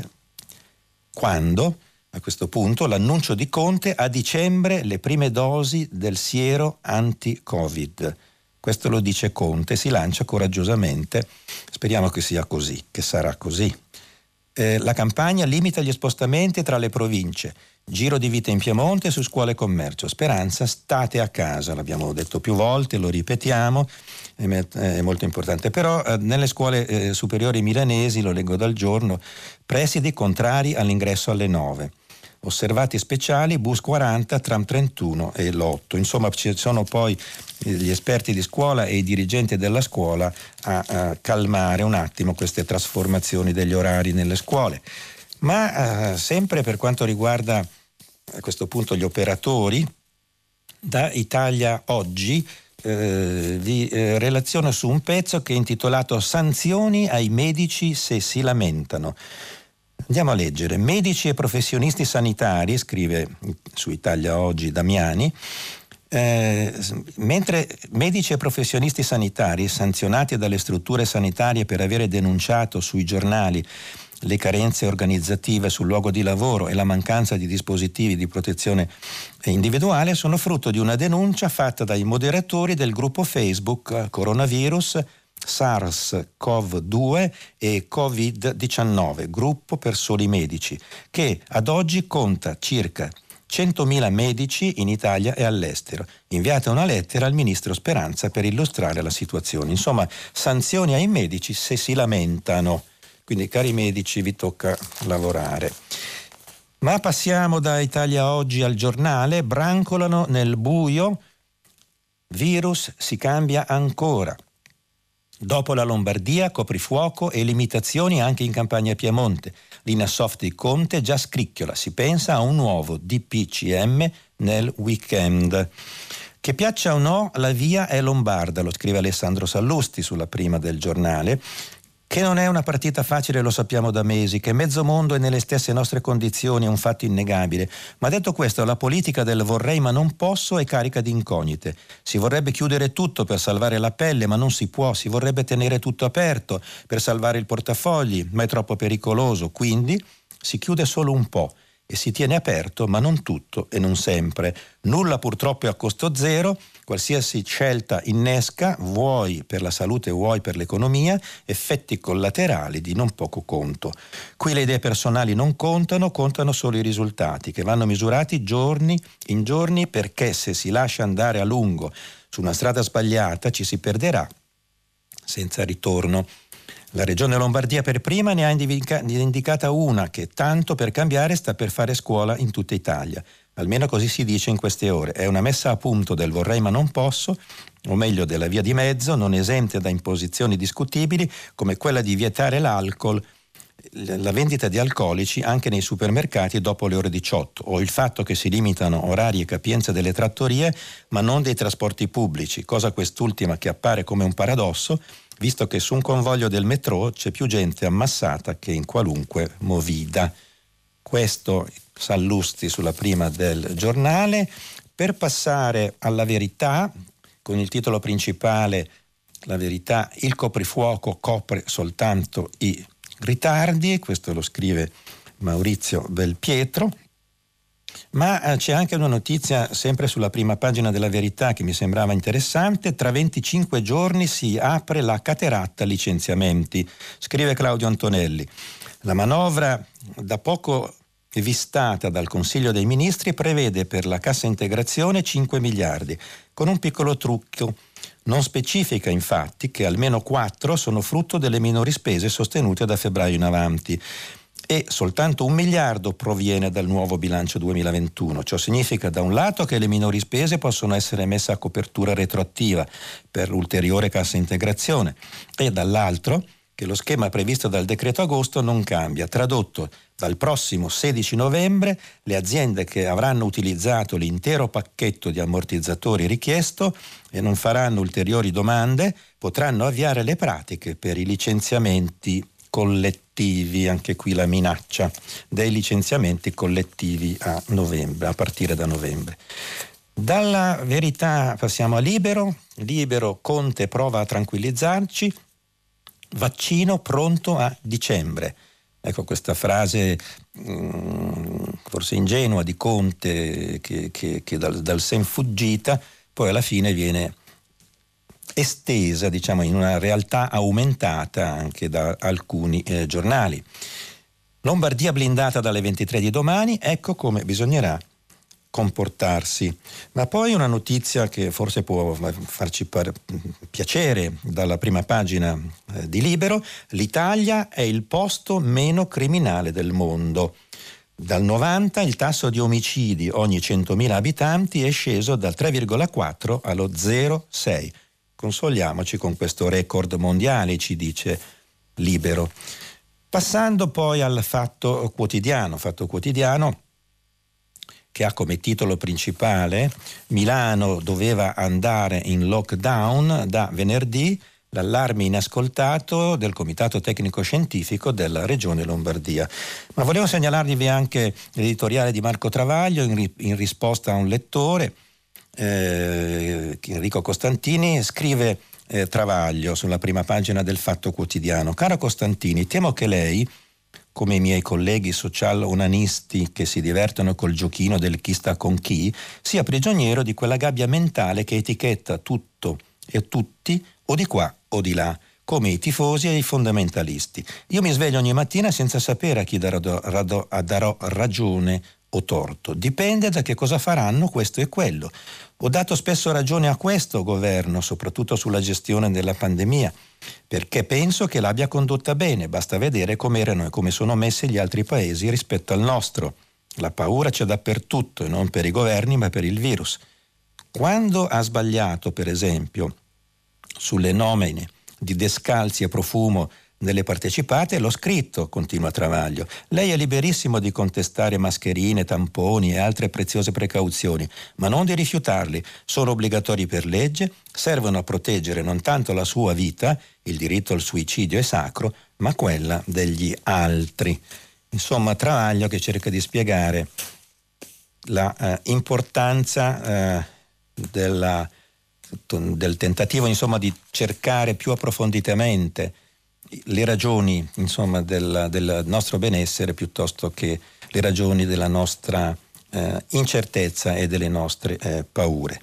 quando? A questo punto l'annuncio di Conte: a dicembre le prime dosi del siero anti-Covid. Questo lo dice Conte, si lancia coraggiosamente. Speriamo che sia così, che sarà così. Eh, la campagna limita gli spostamenti tra le province. Giro di vita in Piemonte su scuola e commercio. Speranza, state a casa. L'abbiamo detto più volte, lo ripetiamo, è, è molto importante. Però eh, nelle scuole eh, superiori milanesi, lo leggo dal Giorno, presidi contrari all'ingresso alle nove. Osservati speciali, bus quaranta, tram trentuno e l'otto. Insomma, ci sono poi gli esperti di scuola e i dirigenti della scuola a, a calmare un attimo queste trasformazioni degli orari nelle scuole. Ma eh, sempre per quanto riguarda a questo punto gli operatori, da Italia Oggi eh, vi eh, relaziono su un pezzo che è intitolato Sanzioni ai medici se si lamentano. Andiamo a leggere. Medici e professionisti sanitari, scrive su Italia Oggi Damiani, eh, mentre medici e professionisti sanitari sanzionati dalle strutture sanitarie per avere denunciato sui giornali le carenze organizzative sul luogo di lavoro e la mancanza di dispositivi di protezione individuale, sono frutto di una denuncia fatta dai moderatori del gruppo Facebook Coronavirus SARS-CoV due e covid diciannove, gruppo per soli medici, che ad oggi conta circa centomila medici in Italia e all'estero. Inviate una lettera al ministro Speranza per illustrare la situazione. Insomma, sanzioni ai medici se si lamentano. Quindi, cari medici, vi tocca lavorare. Ma passiamo da Italia Oggi al Giornale. Brancolano nel buio, virus si cambia ancora. Dopo la Lombardia, coprifuoco e limitazioni anche in Campania e Piemonte. Linea soft di Conte già scricchiola, si pensa a un nuovo D P C M nel weekend. Che piaccia o no, la via è lombarda, lo scrive Alessandro Sallusti sulla prima del Giornale. Che non è una partita facile lo sappiamo da mesi, che mezzo mondo è nelle stesse nostre condizioni è un fatto innegabile, ma detto questo la politica del vorrei ma non posso è carica di incognite. Si vorrebbe chiudere tutto per salvare la pelle, ma non si può, si vorrebbe tenere tutto aperto per salvare il portafogli, ma è troppo pericoloso, quindi si chiude solo un po' e si tiene aperto, ma non tutto e non sempre. Nulla purtroppo è a costo zero, qualsiasi scelta innesca, vuoi per la salute vuoi per l'economia, effetti collaterali di non poco conto. Qui le idee personali non contano, contano solo i risultati, che vanno misurati giorni in giorni, perché se si lascia andare a lungo su una strada sbagliata ci si perderà senza ritorno. La Regione Lombardia per prima ne ha indica- indicata una che tanto per cambiare sta per fare scuola in tutta Italia. Almeno così si dice in queste ore. È una messa a punto del vorrei ma non posso, o meglio della via di mezzo, non esente da imposizioni discutibili come quella di vietare l'alcol, la vendita di alcolici anche nei supermercati dopo le ore diciotto, o il fatto che si limitano orari e capienze delle trattorie ma non dei trasporti pubblici, cosa quest'ultima che appare come un paradosso visto che su un convoglio del metro c'è più gente ammassata che in qualunque movida. Questo Sallusti sulla prima del giornale. Per passare alla Verità, con il titolo principale La Verità, il coprifuoco copre soltanto i ritardi, questo lo scrive Maurizio Belpietro. Ma eh, c'è anche una notizia sempre sulla prima pagina della Verità che mi sembrava interessante. Tra venticinque giorni si apre la cateratta licenziamenti, scrive Claudio Antonelli. La manovra da poco vistata dal Consiglio dei Ministri prevede per la cassa integrazione cinque miliardi, con un piccolo trucco. Non specifica infatti che almeno quattro sono frutto delle minori spese sostenute da febbraio in avanti e soltanto un miliardo proviene dal nuovo bilancio duemilaventuno. Ciò significa da un lato che le minori spese possono essere messe a copertura retroattiva per ulteriore cassa integrazione e dall'altro che lo schema previsto dal decreto agosto non cambia. Tradotto, dal prossimo sedici novembre le aziende che avranno utilizzato l'intero pacchetto di ammortizzatori richiesto e non faranno ulteriori domande potranno avviare le pratiche per i licenziamenti collettivi. Anche qui la minaccia dei licenziamenti collettivi a novembre, a partire da novembre. Dalla Verità passiamo a Libero. Libero, Conte prova a tranquillizzarci. Vaccino pronto a dicembre. Ecco questa frase mh, forse ingenua di Conte che, che, che dal, dal sen fuggita poi alla fine viene estesa, diciamo, in una realtà aumentata anche da alcuni eh, giornali. Lombardia blindata dalle ventitré di domani, ecco come bisognerà comportarsi. Ma poi una notizia che forse può farci par- piacere dalla prima pagina eh, di Libero: l'Italia è il posto meno criminale del mondo. Dal novanta il tasso di omicidi ogni centomila abitanti è sceso dal tre virgola quattro allo zero virgola sei. Consoliamoci con questo record mondiale, ci dice Libero. Passando poi al Fatto Quotidiano, Fatto Quotidiano che ha come titolo principale Milano doveva andare in lockdown da venerdì, l'allarme inascoltato del Comitato Tecnico Scientifico della Regione Lombardia. Ma volevo segnalarvi anche l'editoriale di Marco Travaglio in, ri- in risposta a un lettore. Eh, Enrico Costantini scrive eh, Travaglio sulla prima pagina del Fatto Quotidiano: caro Costantini, temo che lei, come i miei colleghi social onanisti che si divertono col giochino del chi sta con chi, sia prigioniero di quella gabbia mentale che etichetta tutto e tutti o di qua o di là, come i tifosi e i fondamentalisti. Io mi sveglio ogni mattina senza sapere a chi darò, darò, darò ragione o torto. Dipende da che cosa faranno questo e quello. Ho dato spesso ragione a questo governo, soprattutto sulla gestione della pandemia, perché penso che l'abbia condotta bene. Basta vedere come erano e come sono messi gli altri paesi rispetto al nostro. La paura c'è dappertutto, e non per i governi ma per il virus. Quando ha sbagliato, per esempio, sulle nomine di Descalzi e Profumo nelle partecipate, l'ho scritto, continua Travaglio. Lei è liberissimo di contestare mascherine, tamponi e altre preziose precauzioni, ma non di rifiutarli. Sono obbligatori per legge, servono a proteggere non tanto la sua vita, il diritto al suicidio è sacro, ma quella degli altri. Insomma, Travaglio che cerca di spiegare la eh, importanza eh, della, del tentativo, insomma, di cercare più approfonditamente le ragioni, insomma, del, del nostro benessere piuttosto che le ragioni della nostra eh, incertezza e delle nostre eh, paure.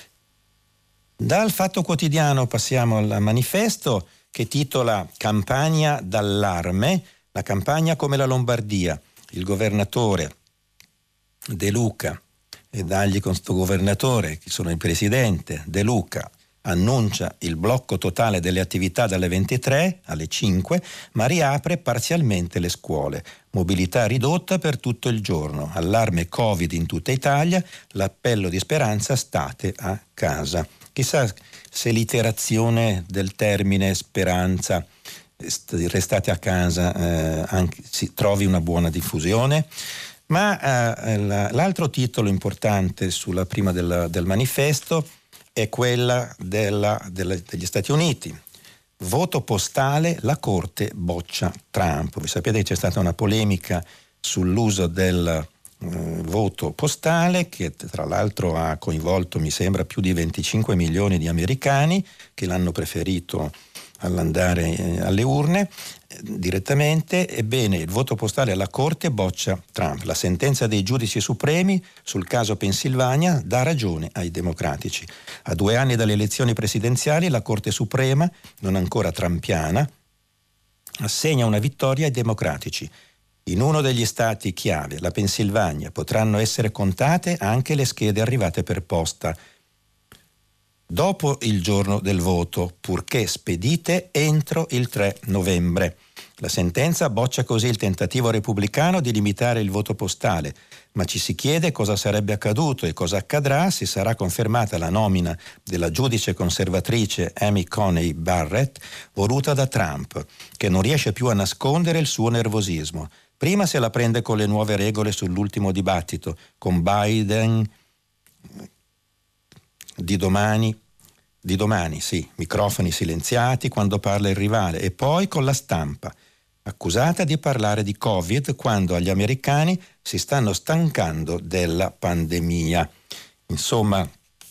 Dal Fatto Quotidiano passiamo al Manifesto che titola Campagna d'allarme, la campagna come la Lombardia. Il governatore De Luca e dagli con sto governatore, che sono il presidente De Luca, annuncia il blocco totale delle attività dalle ventitré alle cinque, ma riapre parzialmente le scuole. Mobilità ridotta per tutto il giorno. Allarme Covid in tutta Italia, l'appello di Speranza: state a casa. Chissà se l'iterazione del termine speranza, restate a casa, eh, anche, si trovi una buona diffusione. Ma eh, l'altro titolo importante sulla prima del, del manifesto è quella della, della, degli Stati Uniti. Voto postale, la Corte boccia Trump. Voi sapete che c'è stata una polemica sull'uso del eh, voto postale, che tra l'altro ha coinvolto, mi sembra, più di venticinque milioni di americani che l'hanno preferito all'andare eh, alle urne eh, direttamente. Ebbene, il voto postale alla Corte boccia Trump. La sentenza dei giudici supremi sul caso Pennsylvania dà ragione ai democratici. A due anni dalle elezioni presidenziali la Corte Suprema, non ancora trampiana, assegna una vittoria ai democratici. In uno degli stati chiave, la Pennsylvania, potranno essere contate anche le schede arrivate per posta dopo il giorno del voto, purché spedite entro il tre novembre. La sentenza boccia così il tentativo repubblicano di limitare il voto postale, ma ci si chiede cosa sarebbe accaduto e cosa accadrà se sarà confermata la nomina della giudice conservatrice Amy Coney Barrett, voluta da Trump, che non riesce più a nascondere il suo nervosismo. Prima se la prende con le nuove regole sull'ultimo dibattito, con Biden di domani, di domani, sì, microfoni silenziati quando parla il rivale, e poi con la stampa, accusata di parlare di Covid quando agli americani si stanno stancando della pandemia. Insomma,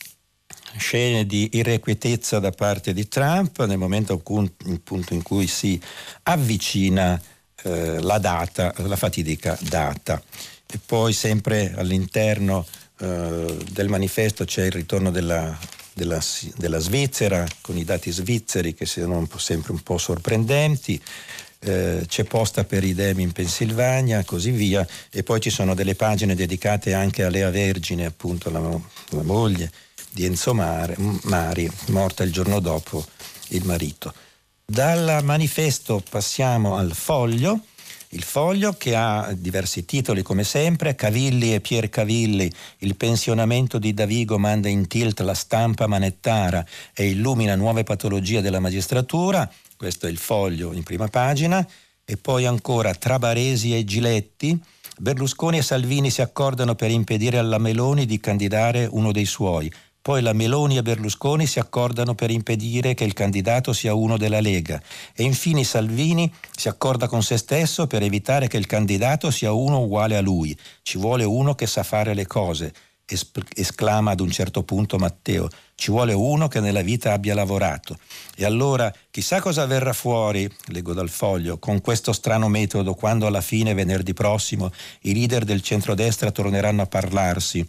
scene di irrequietezza da parte di Trump nel momento in cui si avvicina eh, la data, la fatidica data. E poi sempre all'interno eh, del manifesto c'è il ritorno della, della, della Svizzera, con i dati svizzeri che sono un po', sempre un po' sorprendenti. Eh, c'è posta per i Dem in Pennsylvania, così via, e poi ci sono delle pagine dedicate anche a Lea Vergine, appunto la, la moglie di Enzo Mari, Mari, morta il giorno dopo il marito. Dal manifesto passiamo al Foglio. Il Foglio, che ha diversi titoli come sempre: Cavilli e Pier Cavilli, il pensionamento di Davigo manda in tilt la stampa manettara e illumina nuove patologie della magistratura. Questo è il Foglio in prima pagina. E poi ancora tra Baresi e Giletti, Berlusconi e Salvini si accordano per impedire alla Meloni di candidare uno dei suoi. Poi la Meloni e Berlusconi si accordano per impedire che il candidato sia uno della Lega. E infine Salvini si accorda con se stesso per evitare che il candidato sia uno uguale a lui. Ci vuole uno che sa fare le cose, esclama ad un certo punto Matteo. Ci vuole uno che nella vita abbia lavorato. E allora chissà cosa verrà fuori, leggo dal Foglio, con questo strano metodo, quando alla fine, venerdì prossimo, i leader del centrodestra torneranno a parlarsi,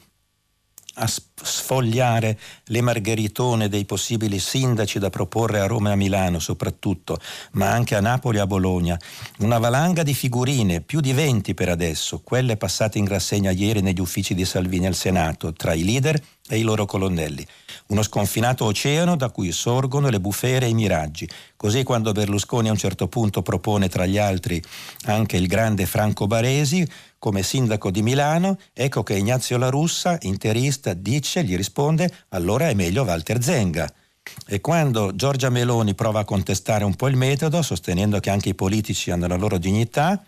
a sfogliare le margheritone dei possibili sindaci da proporre a Roma e a Milano soprattutto, ma anche a Napoli e a Bologna. Una valanga di figurine, più di venti per adesso, quelle passate in rassegna ieri negli uffici di Salvini al Senato, tra i leader e i loro colonnelli. Uno sconfinato oceano da cui sorgono le bufere e i miraggi. Così quando Berlusconi a un certo punto propone tra gli altri anche il grande Franco Baresi come sindaco di Milano, ecco che Ignazio La Russa, interista, dice, gli risponde: allora è meglio Walter Zenga. E quando Giorgia Meloni prova a contestare un po' il metodo, sostenendo che anche i politici hanno la loro dignità,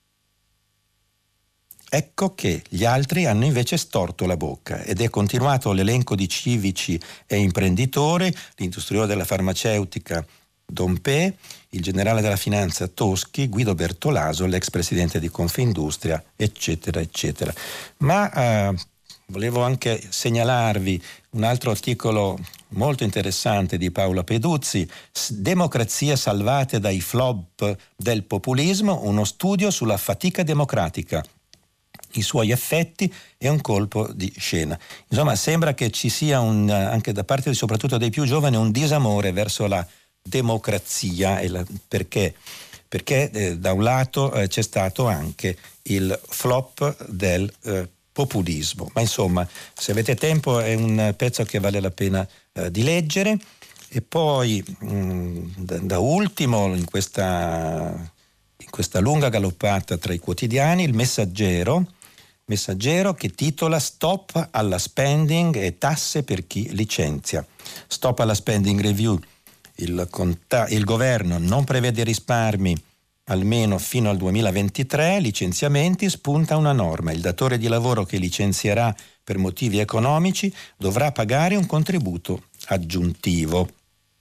ecco che gli altri hanno invece storto la bocca ed è continuato l'elenco di civici e imprenditori, l'industriale della farmaceutica Dompé, il generale della finanza Toschi, Guido Bertolaso, l'ex presidente di Confindustria, eccetera, eccetera. Ma eh, volevo anche segnalarvi un altro articolo molto interessante di Paola Peduzzi, Democrazie salvate dai flop del populismo, uno studio sulla fatica democratica, i suoi effetti e un colpo di scena. Insomma, sembra che ci sia un, anche da parte soprattutto dei più giovani un disamore verso la democrazia, e la, perché, perché eh, da un lato eh, c'è stato anche il flop del eh, populismo. Ma insomma, se avete tempo è un pezzo che vale la pena eh, di leggere. E poi mh, da, da ultimo in questa, in questa lunga galoppata tra i quotidiani, il Messaggero Messaggero che titola Stop alla spending e tasse per chi licenzia. Stop alla spending review. Il, conta- il governo non prevede risparmi almeno fino al duemilaventitré, licenziamenti, spunta una norma. Il datore di lavoro che licenzierà per motivi economici dovrà pagare un contributo aggiuntivo.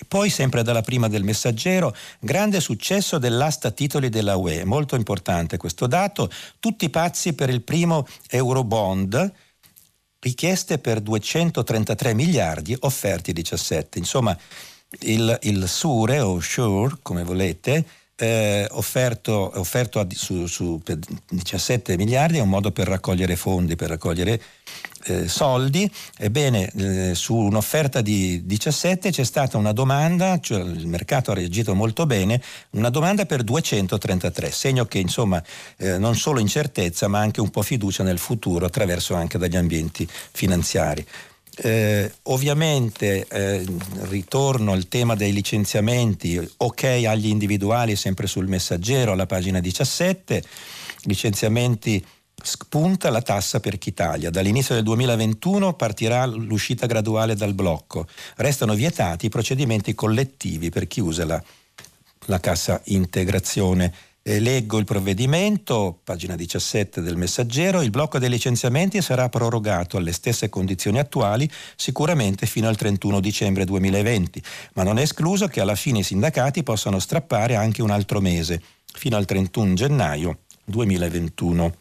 Poi, sempre dalla prima del Messaggero, grande successo dell'asta titoli della U E, molto importante questo dato, tutti pazzi per il primo Eurobond, richieste per duecentotrentatré miliardi, offerti diciassette. Insomma, il, il Sure o Sure, come volete, eh, offerto, offerto a, su, su per diciassette miliardi, è un modo per raccogliere fondi, per raccogliere eh, soldi. Ebbene, eh, su un'offerta di diciassette c'è stata una domanda, cioè il mercato ha reagito molto bene, una domanda per duecentotrentatré, segno che insomma eh, non solo incertezza ma anche un po' fiducia nel futuro attraverso anche dagli ambienti finanziari. Eh, ovviamente eh, ritorno al tema dei licenziamenti, ok agli individuali, sempre sul Messaggero alla pagina diciassette, licenziamenti spunta la tassa per Chitalia, dall'inizio del duemilaventuno partirà l'uscita graduale dal blocco, restano vietati i procedimenti collettivi per chi usa la, la cassa integrazione. Eh, leggo il provvedimento, pagina diciassette del Messaggero, il blocco dei licenziamenti sarà prorogato alle stesse condizioni attuali sicuramente fino al trentuno dicembre duemilaventi, ma non è escluso che alla fine i sindacati possano strappare anche un altro mese, fino al trentuno gennaio duemilaventuno.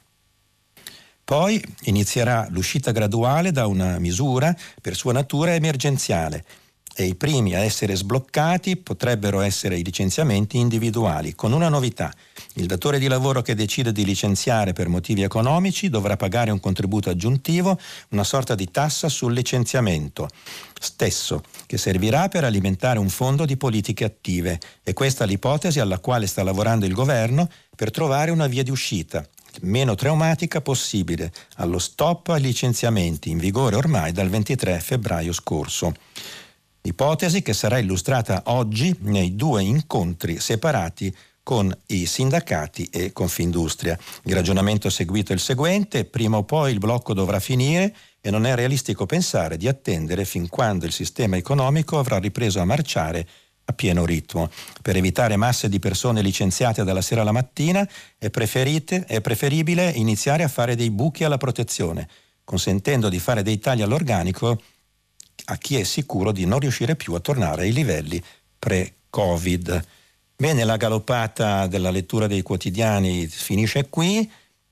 Poi inizierà l'uscita graduale da una misura per sua natura emergenziale, e i primi a essere sbloccati potrebbero essere i licenziamenti individuali, con una novità: il datore di lavoro che decide di licenziare per motivi economici dovrà pagare un contributo aggiuntivo, una sorta di tassa sul licenziamento stesso, che servirà per alimentare un fondo di politiche attive, e questa è l'ipotesi alla quale sta lavorando il governo per trovare una via di uscita meno traumatica possibile allo stop ai licenziamenti, in vigore ormai dal ventitré febbraio scorso. Ipotesi che sarà illustrata oggi nei due incontri separati con i sindacati e Confindustria. Il ragionamento seguito è il seguente: prima o poi il blocco dovrà finire e non è realistico pensare di attendere fin quando il sistema economico avrà ripreso a marciare a pieno ritmo. Per evitare masse di persone licenziate dalla sera alla mattina è, preferite, è preferibile iniziare a fare dei buchi alla protezione, consentendo di fare dei tagli all'organico a chi è sicuro di non riuscire più a tornare ai livelli pre-Covid. Bene, la galoppata della lettura dei quotidiani finisce qui.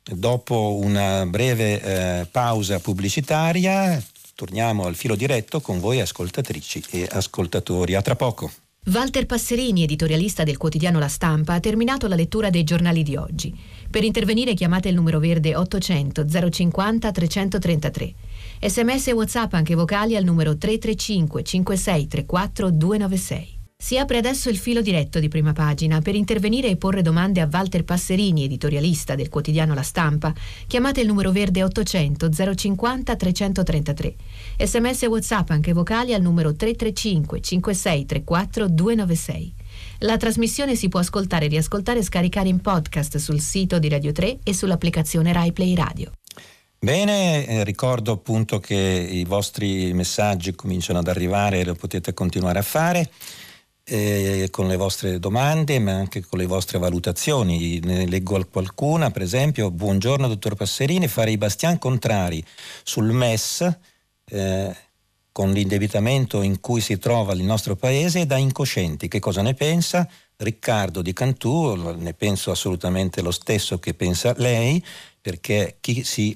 Dopo una breve eh, pausa pubblicitaria torniamo al filo diretto con voi ascoltatrici e ascoltatori. A tra poco. Walter Passerini, editorialista del quotidiano La Stampa, ha terminato la lettura dei giornali di oggi. Per intervenire chiamate il numero verde ottocento zero cinquanta trecentotrentatré. Sms e WhatsApp anche vocali al numero tre tre cinque cinque sei tre quattro due nove sei. Si apre adesso il filo diretto di Prima Pagina. Per intervenire e porre domande a Walter Passerini, editorialista del quotidiano La Stampa, chiamate il numero verde ottocento zero cinquanta trecentotrentatré. Sms e WhatsApp anche vocali al numero tre tre cinque cinque sei tre quattro due nove sei. La trasmissione si può ascoltare, riascoltare e scaricare in podcast sul sito di Radio tre e sull'applicazione Rai Play Radio. Bene, eh, ricordo appunto che i vostri messaggi cominciano ad arrivare e lo potete continuare a fare eh, con le vostre domande ma anche con le vostre valutazioni. Ne leggo qualcuna, per esempio: buongiorno dottor Passerini, farei bastian contrari sul M E S eh, con l'indebitamento in cui si trova il nostro paese da incoscienti. Che cosa ne pensa? Riccardo di Cantù: ne penso assolutamente lo stesso che pensa lei, perché chi si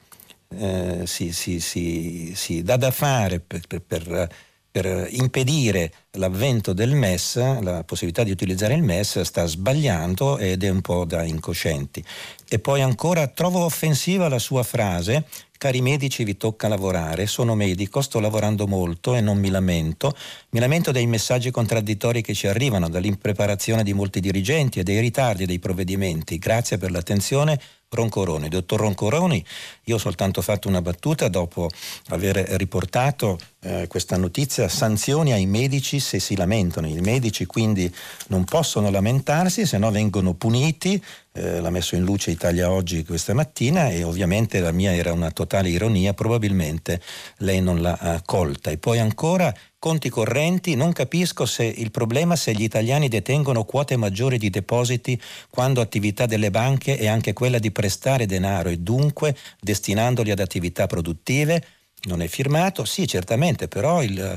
Eh, si, si, si, si dà da fare per, per, per, per impedire l'avvento del M E S, la possibilità di utilizzare il M E S, sta sbagliando ed è un po' da incoscienti. E poi ancora trovo offensiva la sua frase: cari medici, vi tocca lavorare. Sono medico, sto lavorando molto e non mi lamento. Mi lamento dei messaggi contraddittori che ci arrivano, dall'impreparazione di molti dirigenti e dei ritardi dei provvedimenti. Grazie per l'attenzione. Roncoroni. Dottor Roncoroni, io ho soltanto fatto una battuta dopo aver riportato eh, questa notizia: sanzioni ai medici se si lamentano. I medici quindi non possono lamentarsi, se no vengono puniti. Eh, l'ha messo in luce Italia Oggi questa mattina, e ovviamente la mia era una totale ironia, probabilmente lei non l'ha uh, colta. E poi ancora conti correnti: non capisco se il problema se gli italiani detengono quote maggiori di depositi quando attività delle banche è anche quella di prestare denaro e dunque destinandoli ad attività produttive. Non è firmato? Sì, certamente, però il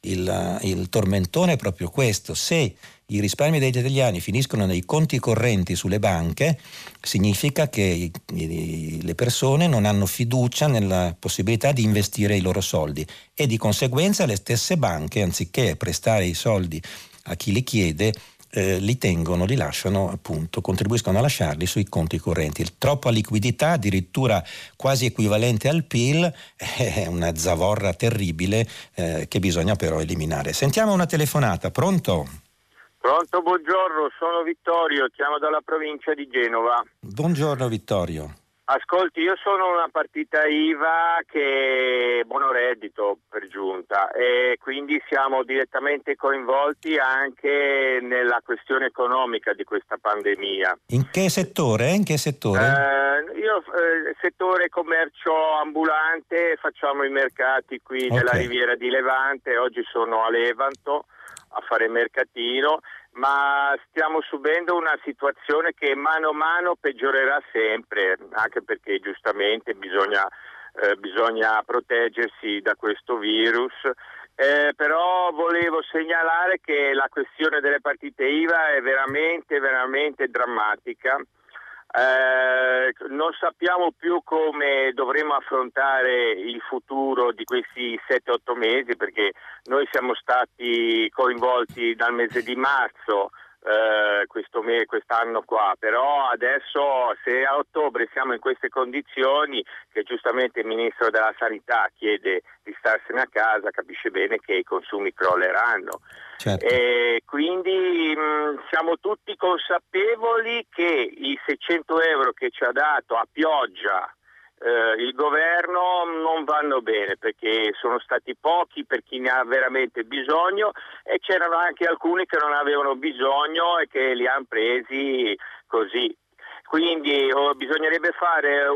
il, il tormentone è proprio questo: se i risparmi degli italiani finiscono nei conti correnti sulle banche, significa che i, i, le persone non hanno fiducia nella possibilità di investire i loro soldi e di conseguenza le stesse banche, anziché prestare i soldi a chi li chiede, eh, li tengono, li lasciano, appunto, contribuiscono a lasciarli sui conti correnti. Troppa liquidità, addirittura quasi equivalente al P I L, è una zavorra terribile eh, che bisogna però eliminare. Sentiamo una telefonata. Pronto? Pronto, buongiorno, sono Vittorio, chiamo dalla provincia di Genova. Buongiorno Vittorio. Ascolti, io sono una partita I V A che è monoreddito per giunta e quindi siamo direttamente coinvolti anche nella questione economica di questa pandemia. In che settore? In che settore? Eh, io eh, settore commercio ambulante, facciamo i mercati qui Okay. nella Riviera di Levante, oggi sono a Levanto a fare mercatino, ma stiamo subendo una situazione che mano a mano peggiorerà sempre, anche perché giustamente bisogna, eh, bisogna proteggersi da questo virus. Eh, però volevo segnalare che la questione delle partite I V A è veramente, veramente drammatica. Eh, non sappiamo più come dovremo affrontare il futuro di questi sette otto mesi, perché noi siamo stati coinvolti dal mese di marzo eh, questo me- quest'anno qua, però adesso se a ottobre siamo in queste condizioni, che giustamente il Ministro della Sanità chiede di starsene a casa, capisce bene che i consumi crolleranno. Certo. E quindi mh, siamo tutti consapevoli che i seicento euro che ci ha dato a pioggia eh, il governo non vanno bene, perché sono stati pochi per chi ne ha veramente bisogno e c'erano anche alcuni che non avevano bisogno e che li hanno presi così. Quindi oh, bisognerebbe fare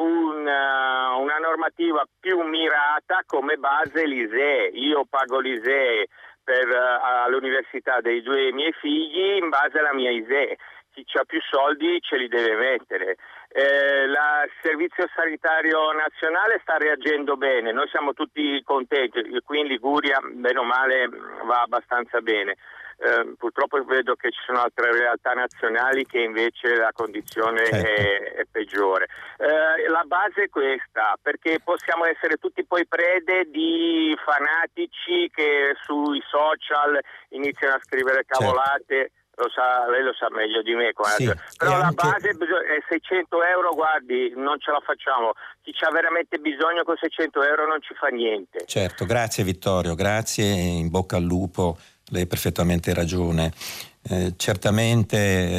una, una normativa più mirata, come base l'I S E E. Io pago l'I S E E per, uh, all'università dei due miei figli in base alla mia I S E E. Chi ha più soldi ce li deve mettere. Eh, la, il Servizio Sanitario Nazionale sta reagendo bene, noi siamo tutti contenti, qui in Liguria bene o male va abbastanza bene. Eh, purtroppo vedo che ci sono altre realtà nazionali che invece la condizione Certo. è, è peggiore. Eh, la base è questa, perché possiamo essere tutti poi prede di fanatici che sui social iniziano a scrivere cavolate. Certo. Lo sa, lei lo sa meglio di me, Sì, però la anche... base è seicento euro, guardi, non ce la facciamo. Chi c'ha veramente bisogno con seicento euro non ci fa niente. Certo, grazie Vittorio, grazie, in bocca al lupo, lei ha perfettamente ragione. Eh, certamente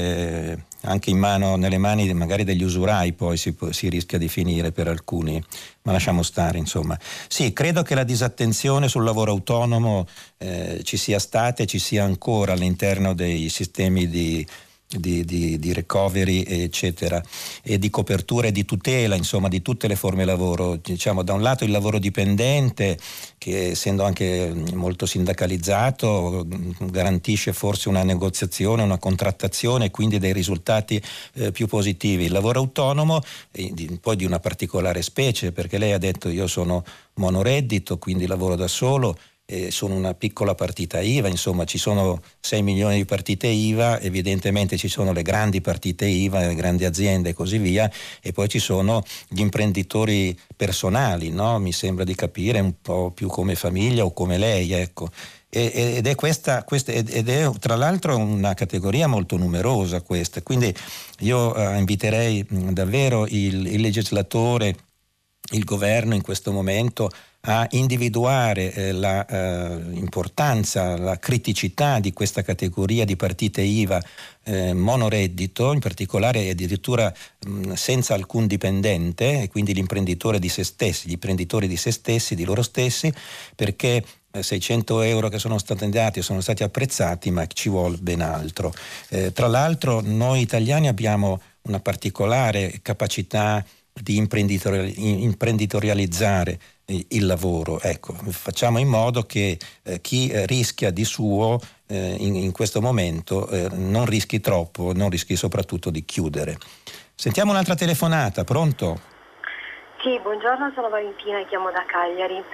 eh, anche in mano, nelle mani magari degli usurai poi si, si rischia di finire per alcuni, ma lasciamo stare, insomma. Sì, credo che la disattenzione sul lavoro autonomo eh, ci sia stata e ci sia ancora all'interno dei sistemi di Di, di, di recovery eccetera e di copertura e di tutela, insomma, di tutte le forme di lavoro. Diciamo, da un lato il lavoro dipendente, che essendo anche molto sindacalizzato garantisce forse una negoziazione, una contrattazione e quindi dei risultati eh, più positivi. Il lavoro autonomo eh, di, poi di una particolare specie, perché lei ha detto io sono monoreddito, quindi lavoro da solo, Eh, sono una piccola partita I V A, insomma ci sono sei milioni di partite I V A, evidentemente ci sono le grandi partite I V A, le grandi aziende e così via, e poi ci sono gli imprenditori personali, no? Mi sembra di capire un po' più come famiglia o come lei, ecco. E, ed è questa, questa ed è tra l'altro una categoria molto numerosa questa, quindi io eh, inviterei mh, davvero il, il legislatore, il governo in questo momento a individuare eh, la eh, importanza, la criticità di questa categoria di partite I V A eh, monoreddito, in particolare addirittura mh, senza alcun dipendente, e quindi l'imprenditore di se stessi, gli imprenditori di se stessi, di loro stessi, perché eh, seicento euro che sono stati dati sono stati apprezzati, ma ci vuole ben altro. Eh, tra l'altro noi italiani abbiamo una particolare capacità di imprenditoriali- imprenditorializzare il lavoro, ecco, facciamo in modo che eh, chi eh, rischia di suo eh, in, in questo momento eh, non rischi troppo, non rischi soprattutto di chiudere. Sentiamo un'altra telefonata, pronto? Sì, buongiorno, sono Valentina e chiamo da Cagliari.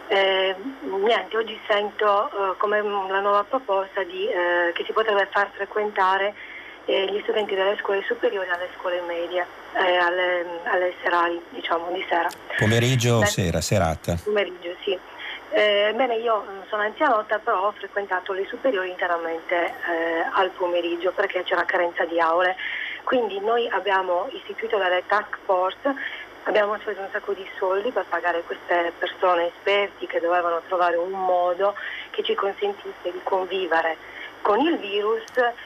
Eh, niente, oggi sento eh, come la nuova proposta di, eh, che si potrebbe far frequentare eh, gli studenti delle scuole superiori alle scuole medie, eh, alle, alle serali, diciamo, di sera. Pomeriggio o Beh, sera, serata? Pomeriggio, sì. Eh, bene, io sono anzianotta, però ho frequentato le superiori interamente eh, al pomeriggio perché c'era carenza di aule. Quindi noi abbiamo istituito delle task force. Abbiamo speso un sacco di soldi per pagare queste persone esperti che dovevano trovare un modo che ci consentisse di convivere con il virus,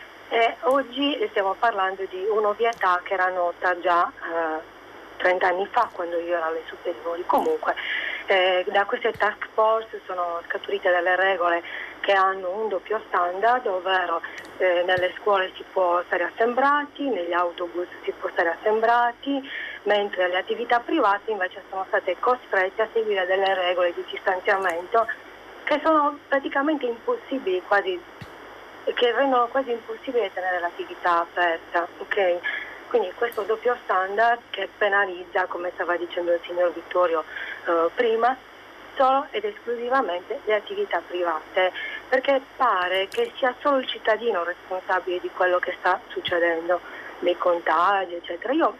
e oggi stiamo parlando di un'ovvietà che era nota già eh, trenta anni fa, quando io ero alle superiori. Comunque eh, da queste task force sono scaturite delle regole che hanno un doppio standard, ovvero eh, nelle scuole si può stare assembrati, negli autobus si può stare assembrati, mentre le attività private invece sono state costrette a seguire delle regole di distanziamento che sono praticamente impossibili, quasi, che rendono quasi impossibile tenere l'attività aperta, ok? Quindi questo doppio standard che penalizza, come stava dicendo il signor Vittorio eh, prima, solo ed esclusivamente le attività private, perché pare che sia solo il cittadino responsabile di quello che sta succedendo, dei contagi, eccetera. Io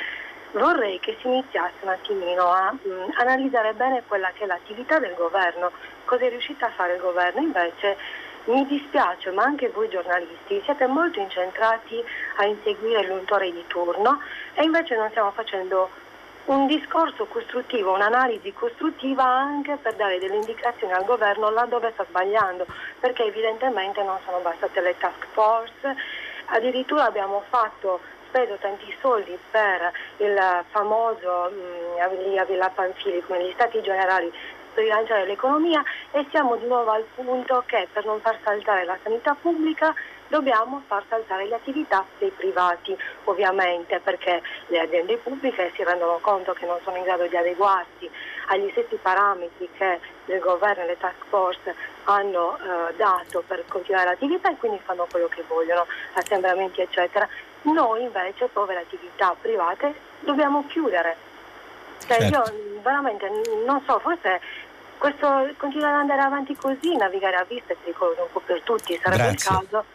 mh, vorrei che si iniziasse un attimino a mh, analizzare bene quella che è l'attività del governo, cosa è riuscito a fare il governo. Invece mi dispiace, ma anche voi giornalisti siete molto incentrati a inseguire l'untore di turno, e invece non stiamo facendo un discorso costruttivo, un'analisi costruttiva anche per dare delle indicazioni al governo laddove sta sbagliando, perché evidentemente non sono bastate le task force. Addirittura abbiamo fatto, speso tanti soldi per il famoso mh, a Villa Pamphili, come gli stati generali per rilanciare l'economia, e siamo di nuovo al punto che per non far saltare la sanità pubblica dobbiamo far saltare le attività dei privati, ovviamente, perché le aziende pubbliche si rendono conto che non sono in grado di adeguarsi agli stessi parametri che il governo e le task force hanno eh, dato per continuare l'attività, e quindi fanno quello che vogliono, assembramenti eccetera. Noi invece, povere attività private, dobbiamo chiudere. Cioè, certo. Io veramente non so, forse questo continuare ad andare avanti così, navigare a vista, è pericoloso un po' per tutti. Sarebbe Grazie. il caso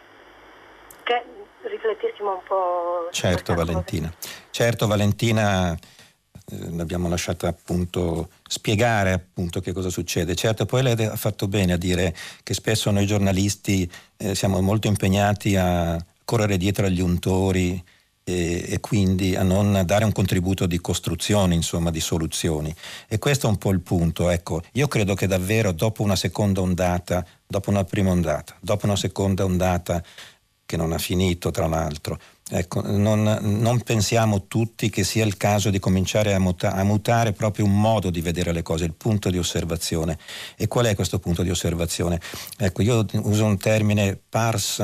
che riflettessimo un po'. Certo, Valentina. Cose. Certo, Valentina, eh, l'abbiamo lasciata appunto spiegare appunto che cosa succede. Certo, poi lei ha fatto bene a dire che spesso noi giornalisti eh, siamo molto impegnati a correre dietro agli untori e, e quindi a non dare un contributo di costruzione, insomma, di soluzioni. E questo è un po' il punto. Ecco, io credo che davvero dopo una seconda ondata, dopo una prima ondata, dopo una seconda ondata che non ha finito tra l'altro, ecco, non, non pensiamo tutti che sia il caso di cominciare a, muta- a mutare proprio un modo di vedere le cose, il punto di osservazione. E qual è questo punto di osservazione? Ecco, io uso un termine pars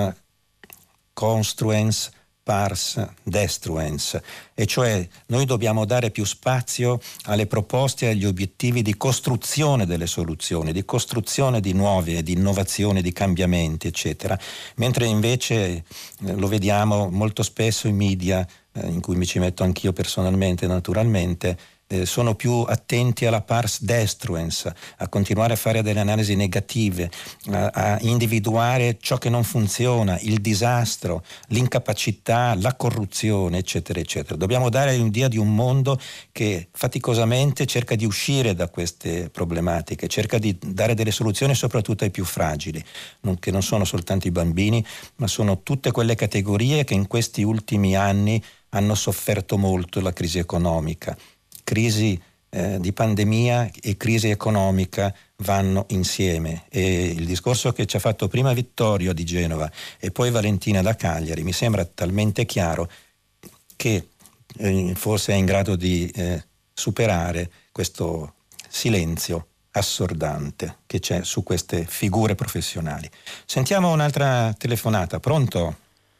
construens, pars destruens, e cioè noi dobbiamo dare più spazio alle proposte e agli obiettivi di costruzione delle soluzioni, di costruzione di nuove, di innovazioni, di cambiamenti, eccetera, mentre invece eh, lo vediamo molto spesso i media, eh, in cui mi ci metto anch'io personalmente, naturalmente, eh, sono più attenti alla pars destruens, a continuare a fare delle analisi negative, a, a individuare ciò che non funziona, il disastro, l'incapacità, la corruzione, eccetera, eccetera. Dobbiamo dare l'idea di un mondo che faticosamente cerca di uscire da queste problematiche, cerca di dare delle soluzioni soprattutto ai più fragili, non, che non sono soltanto i bambini, ma sono tutte quelle categorie che in questi ultimi anni hanno sofferto molto la crisi economica. Crisi eh, di pandemia e crisi economica vanno insieme, e il discorso che ci ha fatto prima Vittorio di Genova e poi Valentina da Cagliari mi sembra talmente chiaro che eh, forse è in grado di eh, superare questo silenzio assordante che c'è su queste figure professionali. Sentiamo un'altra telefonata. Pronto?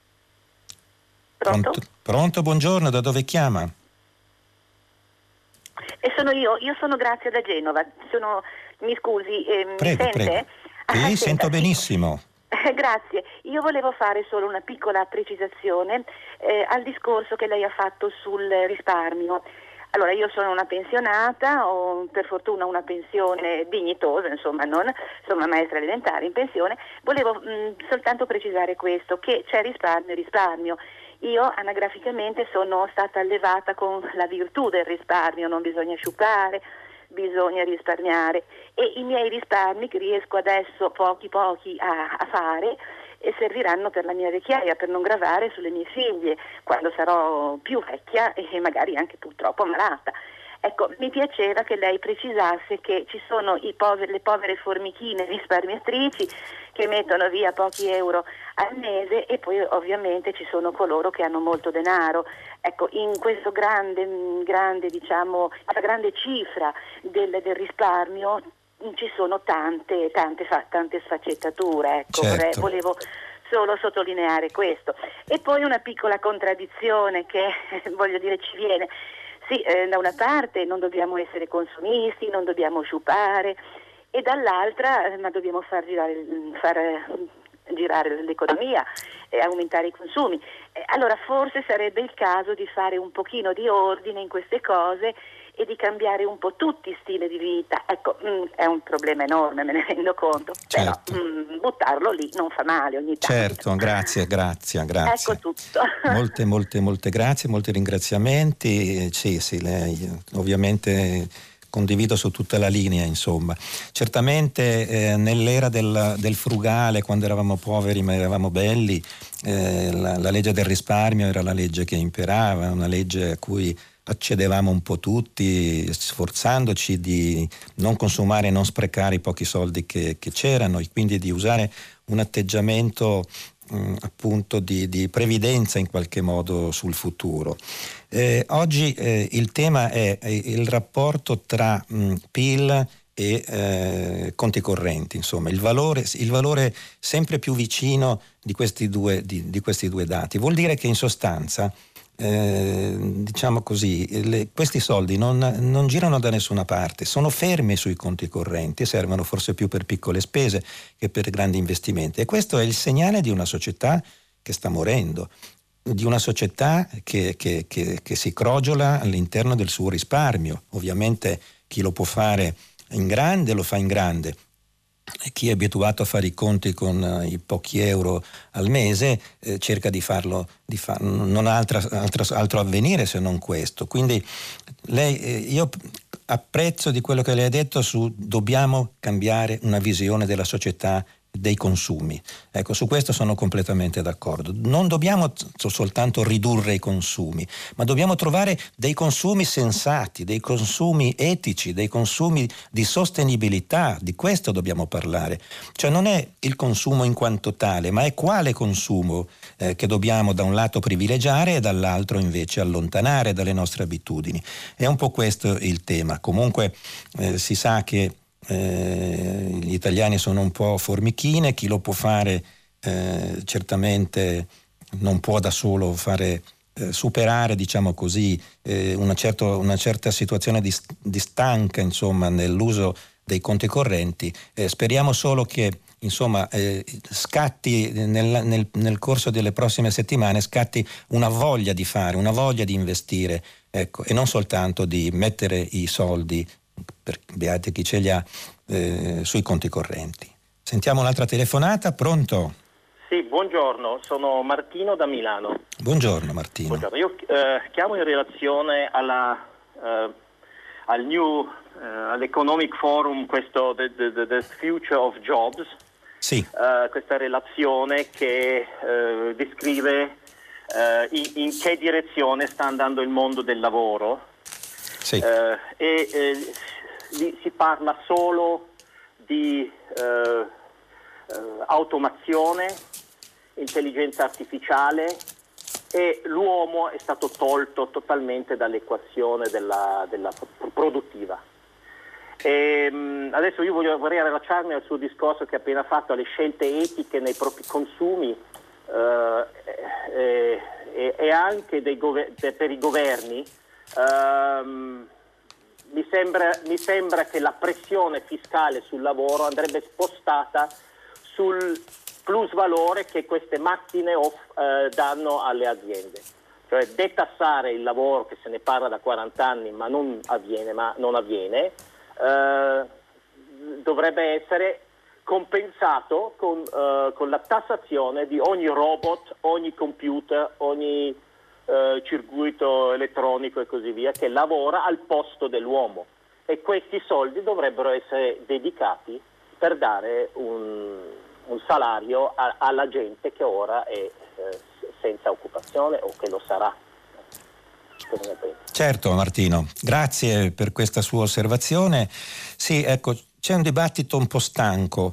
Pronto? Pronto, Pronto? Buongiorno, da dove chiama? E sono io, io sono Grazia da Genova. Sono, mi scusi, eh, mi prego, sente? Prego. Sì, Ah, sento senta, benissimo. Eh, grazie. Io volevo fare solo una piccola precisazione eh, al discorso che lei ha fatto sul risparmio. Allora, io sono una pensionata, ho per fortuna una pensione dignitosa, insomma, non sono una maestra elementare in pensione. Volevo mh, soltanto precisare questo, che c'è risparmio e risparmio. Io anagraficamente sono stata allevata con la virtù del risparmio, non bisogna sciupare, bisogna risparmiare, e i miei risparmi, che riesco adesso pochi pochi a, a fare, e serviranno per la mia vecchiaia, per non gravare sulle mie figlie quando sarò più vecchia e magari anche purtroppo malata. Ecco, mi piaceva che lei precisasse che ci sono i poveri, le povere formichine risparmiatrici che mettono via pochi euro al mese, e poi ovviamente ci sono coloro che hanno molto denaro. Ecco, in questo grande, grande diciamo, questa grande cifra del, del risparmio ci sono tante, tante, tante sfaccettature. Ecco, certo. vorrei, volevo solo sottolineare questo. E poi una piccola contraddizione che voglio dire ci viene. Sì, eh, da una parte non dobbiamo essere consumisti, non dobbiamo sciupare, e dall'altra eh, ma dobbiamo far girare, far, eh, girare l'economia e aumentare i consumi. Eh, allora forse sarebbe il caso di fare un pochino di ordine in queste cose e di cambiare un po' tutti stile di vita. Ecco, mh, è un problema enorme, me ne rendo conto, certo. però mh, buttarlo lì non fa male ogni tanto. Certo, grazie, grazie, grazie. Ecco tutto. Molte, molte, molte grazie, molti ringraziamenti. Sì, sì, lei ovviamente condivido su tutta la linea, insomma. Certamente eh, nell'era del, del frugale, quando eravamo poveri ma eravamo belli, eh, la, la legge del risparmio era la legge che imperava, una legge a cui accedevamo un po' tutti, sforzandoci di non consumare e non sprecare i pochi soldi che, che c'erano, e quindi di usare un atteggiamento mh, appunto di, di previdenza in qualche modo sul futuro. Eh, oggi eh, il tema è il rapporto tra mh, P I L e eh, conti correnti, insomma il valore, il valore sempre più vicino di questi due, di, di questi due dati. Vuol dire che in sostanza Eh, diciamo così, le, questi soldi non, non girano da nessuna parte, sono fermi sui conti correnti, servono forse più per piccole spese che per grandi investimenti, e questo è il segnale di una società che sta morendo, di una società che, che, che, che si crogiola all'interno del suo risparmio. Ovviamente chi lo può fare in grande lo fa in grande, chi è abituato a fare i conti con uh, i pochi euro al mese eh, cerca di farlo, di fa- non ha altra, altra, altro avvenire se non questo. Quindi lei, eh, io apprezzo di quello che lei ha detto su dobbiamo cambiare una visione della società dei consumi. Ecco, su questo sono completamente d'accordo. Non dobbiamo soltanto ridurre i consumi, ma dobbiamo trovare dei consumi sensati, dei consumi etici, dei consumi di sostenibilità. Di questo dobbiamo parlare. Cioè non è il consumo in quanto tale, ma è quale consumo eh, che dobbiamo da un lato privilegiare e dall'altro invece allontanare dalle nostre abitudini. È un po' questo il tema. Comunque eh, si sa che Eh, gli italiani sono un po' formichine, chi lo può fare eh, certamente non può da solo fare eh, superare, diciamo così, eh, una, certo, una certa situazione di, di stanca, insomma, nell'uso dei conti correnti. Eh, speriamo solo che insomma eh, scatti nel, nel, nel corso delle prossime settimane scatti una voglia di fare, una voglia di investire, ecco, e non soltanto di mettere i soldi, per beati chi ce li ha, eh, sui conti correnti. Sentiamo un'altra telefonata. Pronto? Sì, buongiorno, sono Martino da Milano. Buongiorno Martino. Buongiorno. Io eh, chiamo in relazione alla, eh, al new, eh, all'Economic Forum, questo the, the, the Future of Jobs, sì. eh, questa relazione che eh, descrive eh, in, in che direzione sta andando il mondo del lavoro. Sì. Eh, e eh, lì si parla solo di eh, eh, automazione, intelligenza artificiale, e l'uomo è stato tolto totalmente dall'equazione della, della produttiva. E, mh, adesso io voglio, vorrei allacciarmi al suo discorso che ha appena fatto, alle scelte etiche nei propri consumi eh, e, e, e anche dei gover- per i governi. Um, mi sembra, mi sembra che la pressione fiscale sul lavoro andrebbe spostata sul plus valore che queste macchine off, eh, danno alle aziende. cioè detassare il lavoro, che se ne parla da quaranta anni ma non avviene, ma non avviene eh, dovrebbe essere compensato con, eh, con la tassazione di ogni robot, ogni computer, ogni eh, circuito elettronico e così via che lavora al posto dell'uomo, e questi soldi dovrebbero essere dedicati per dare un, un salario a, alla gente che ora è eh, senza occupazione o che lo sarà. Certo, Martino, grazie per questa sua osservazione. Sì, ecco, c'è un dibattito un po' stanco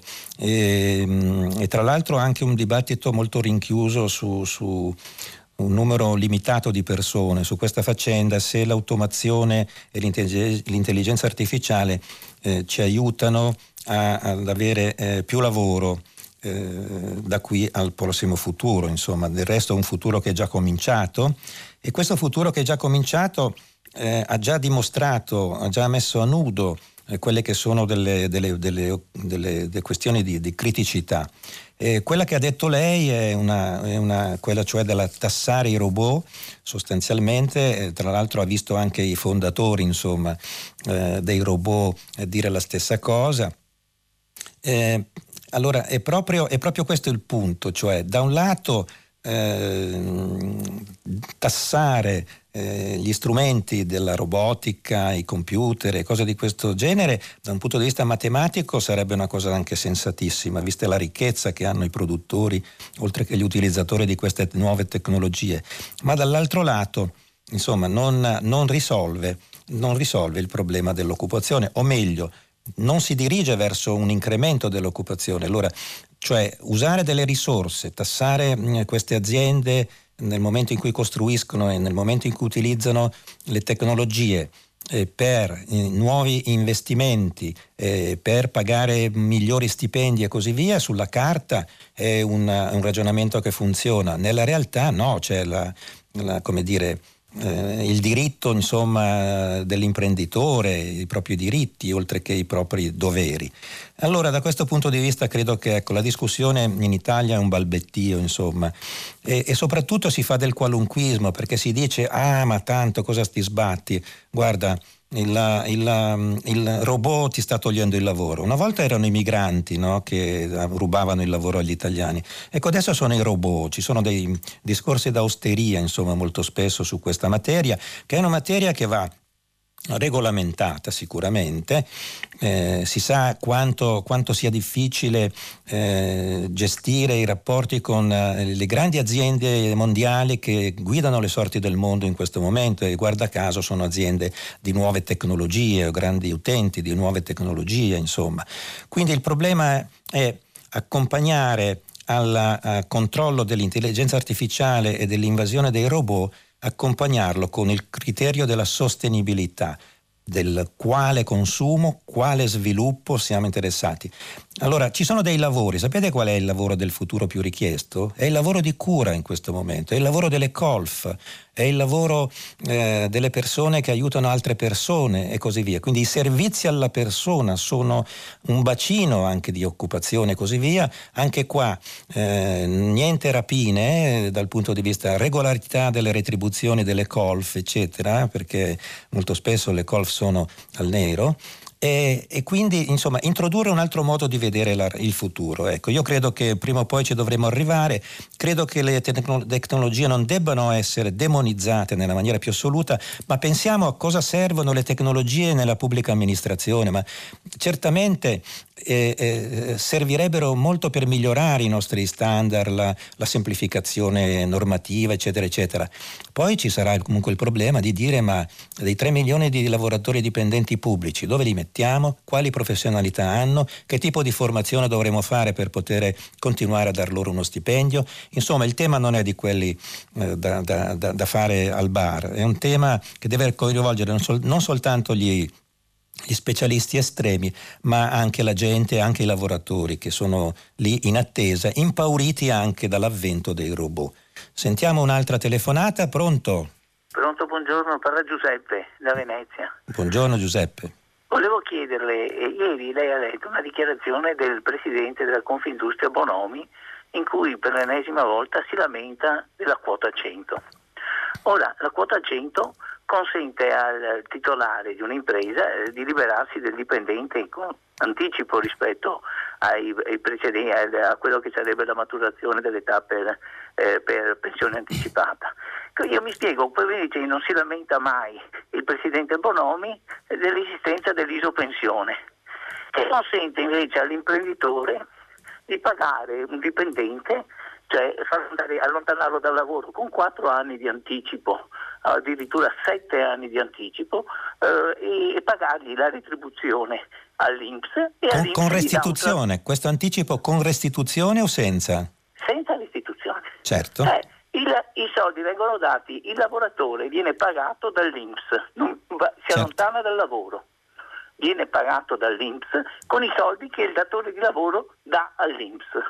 e, e tra l'altro anche un dibattito molto rinchiuso su, su un numero limitato di persone su questa faccenda, se l'automazione e l'intelligenza artificiale eh, ci aiutano a, ad avere eh, più lavoro eh, da qui al prossimo futuro. Insomma, del resto è un futuro che è già cominciato, e questo futuro che è già cominciato eh, ha già dimostrato, ha già messo a nudo eh, quelle che sono delle, delle, delle, delle, delle questioni di, di criticità. Eh, quella che ha detto lei è una, è una quella cioè della tassare i robot sostanzialmente, eh, tra l'altro ha visto anche i fondatori insomma eh, dei robot eh, dire la stessa cosa. Eh, allora è proprio, è proprio questo il punto, cioè da un lato eh, tassare eh, gli strumenti della robotica, i computer e cose di questo genere, da un punto di vista matematico sarebbe una cosa anche sensatissima, vista la ricchezza che hanno i produttori, oltre che gli utilizzatori di queste nuove tecnologie. Ma dall'altro lato, insomma, non, non risolve, non risolve il problema dell'occupazione, o meglio, non si dirige verso un incremento dell'occupazione. Allora, cioè usare delle risorse, tassare queste aziende nel momento in cui costruiscono e nel momento in cui utilizzano le tecnologie eh, per eh, nuovi investimenti, eh, per pagare migliori stipendi e così via, sulla carta è un, un ragionamento che funziona. Nella realtà no, c'è la, la come dire, Eh, il diritto insomma dell'imprenditore, i propri diritti oltre che i propri doveri. Allora da questo punto di vista credo che ecco, la discussione in Italia è un balbettio insomma e, e soprattutto si fa del qualunquismo, perché si dice ah ma tanto cosa ti sbatti, guarda Il, il, il robot ti sta togliendo il lavoro. Una volta erano i migranti, no, che rubavano il lavoro agli italiani. Ecco, adesso sono i robot. Ci sono dei discorsi d'austeria, insomma, molto spesso su questa materia, che è una materia che va regolamentata sicuramente. Eh, si sa quanto, quanto sia difficile eh, gestire i rapporti con eh, le grandi aziende mondiali che guidano le sorti del mondo in questo momento, e guarda caso sono aziende di nuove tecnologie o grandi utenti di nuove tecnologie, insomma. Quindi il problema è accompagnare al, al controllo dell'intelligenza artificiale e dell'invasione dei robot, accompagnarlo con il criterio della sostenibilità, del quale consumo, quale sviluppo siamo interessati. Allora, ci sono dei lavori, sapete qual è il lavoro del futuro più richiesto? È il lavoro di cura in questo momento, è il lavoro delle colf, è il lavoro eh, delle persone che aiutano altre persone e così via. Quindi i servizi alla persona sono un bacino anche di occupazione e così via. Anche qua eh, niente rapine eh, dal punto di vista regolarità delle retribuzioni delle colf, eccetera, perché molto spesso le colf sono al nero. E, e quindi insomma introdurre un altro modo di vedere la, il futuro. Ecco, io credo che prima o poi ci dovremo arrivare. Credo che le tecno- tecnologie non debbano essere demonizzate nella maniera più assoluta, ma pensiamo a cosa servono le tecnologie nella pubblica amministrazione. Ma certamente eh, eh, servirebbero molto per migliorare i nostri standard, la, la semplificazione normativa, eccetera eccetera. Poi ci sarà comunque il problema di dire: ma dei tre milioni di lavoratori dipendenti pubblici dove li mettiamo? Quali professionalità hanno? Che tipo di formazione dovremo fare per poter continuare a dar loro uno stipendio? Insomma, il tema non è di quelli eh, da, da, da, da fare al bar, è un tema che deve coinvolgere non, sol, non soltanto gli gli specialisti estremi, ma anche la gente, anche i lavoratori che sono lì in attesa, impauriti anche dall'avvento dei robot. Sentiamo un'altra telefonata. Pronto? Pronto, buongiorno, parla Giuseppe da Venezia. Buongiorno Giuseppe. Volevo chiederle, eh, ieri lei ha letto una dichiarazione del presidente della Confindustria Bonomi in cui per l'ennesima volta si lamenta della quota cento. Ora, la quota cento consente al titolare di un'impresa eh, di liberarsi del dipendente con anticipo rispetto ai, ai precedenti, a quello che sarebbe la maturazione dell'età per, eh, per pensione anticipata. Io mi spiego, poi dice, non si lamenta mai il Presidente Bonomi dell'esistenza dell'isopensione, che consente invece all'imprenditore di pagare un dipendente, cioè far andare, allontanarlo dal lavoro con quattro anni di anticipo, addirittura sette anni di anticipo, eh, e pagargli la retribuzione all'I N P S. E con, all'I N P S con restituzione, tra... questo anticipo con restituzione o senza? Senza restituzione. Certo. Eh, il, I soldi vengono dati, il lavoratore viene pagato dall'I N P S, non va, si certo. allontana dal lavoro, viene pagato dall'I N P S con i soldi che il datore di lavoro dà all'I N P S.